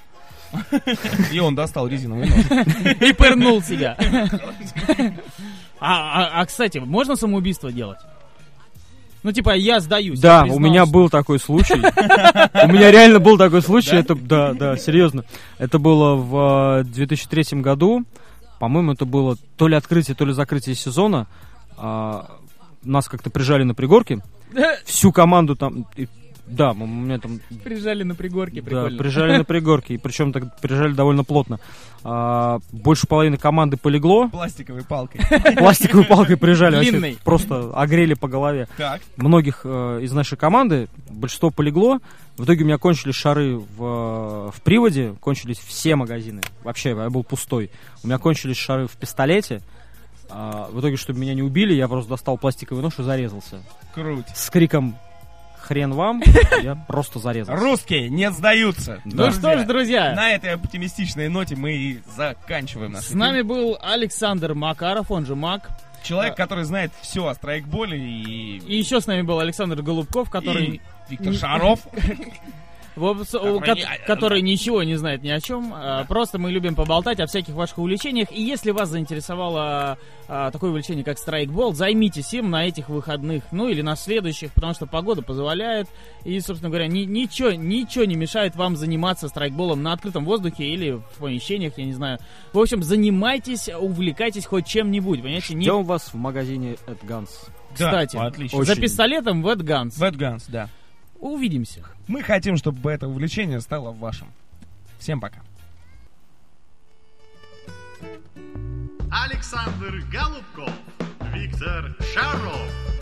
И он достал резиновый нож. И пырнул себя. Кстати, можно самоубийство делать? Ну, типа, я сдаюсь. Да, я у признался. меня был такой случай. У меня реально был такой случай. Это, да, серьезно. Это было в 2003 году. По-моему, это было то ли открытие, то ли закрытие сезона. Нас как-то прижали на пригорке. Всю команду там... Да, у меня там... Прижали на пригорке, прикольно. Да, прижали на пригорке, и причем так прижали довольно плотно. Больше половины команды полегло. Пластиковой палкой. Пластиковой палкой прижали, вообще Длинной. просто огрели по голове. Так. Многих из нашей команды, большинство полегло. В итоге у меня кончились шары в приводе, кончились все магазины. Вообще, я был пустой. У меня кончились шары в пистолете. В итоге, чтобы меня не убили, я просто достал пластиковый нож и зарезался. Круть. С криком «Хрен вам!» я просто зарезался. Русские не сдаются. Ну что ж, друзья, На этой оптимистичной ноте мы и заканчиваем наш с нами был Александр Макаров, он же Мак. человек, который знает все о страйкболе и еще с нами был Александр Голубков, который... Виктор Шаров. Который ничего не знает ни о чем. Просто мы любим поболтать о всяких ваших увлечениях. И если вас заинтересовало такое увлечение, как страйкбол, займитесь им на этих выходных, ну или на следующих, потому что погода позволяет. И, собственно говоря, ничего не мешает вам заниматься страйкболом на открытом воздухе или в помещениях, я не знаю. В общем, занимайтесь, увлекайтесь хоть чем-нибудь, понимаете? Ждем вас в магазине Guns. Кстати, Да, отлично. за пистолетом в Guns. Guns, да. Увидимся. Мы хотим, чтобы это увлечение стало вашим. Всем пока. Александр Голубков, Виктор Шаров.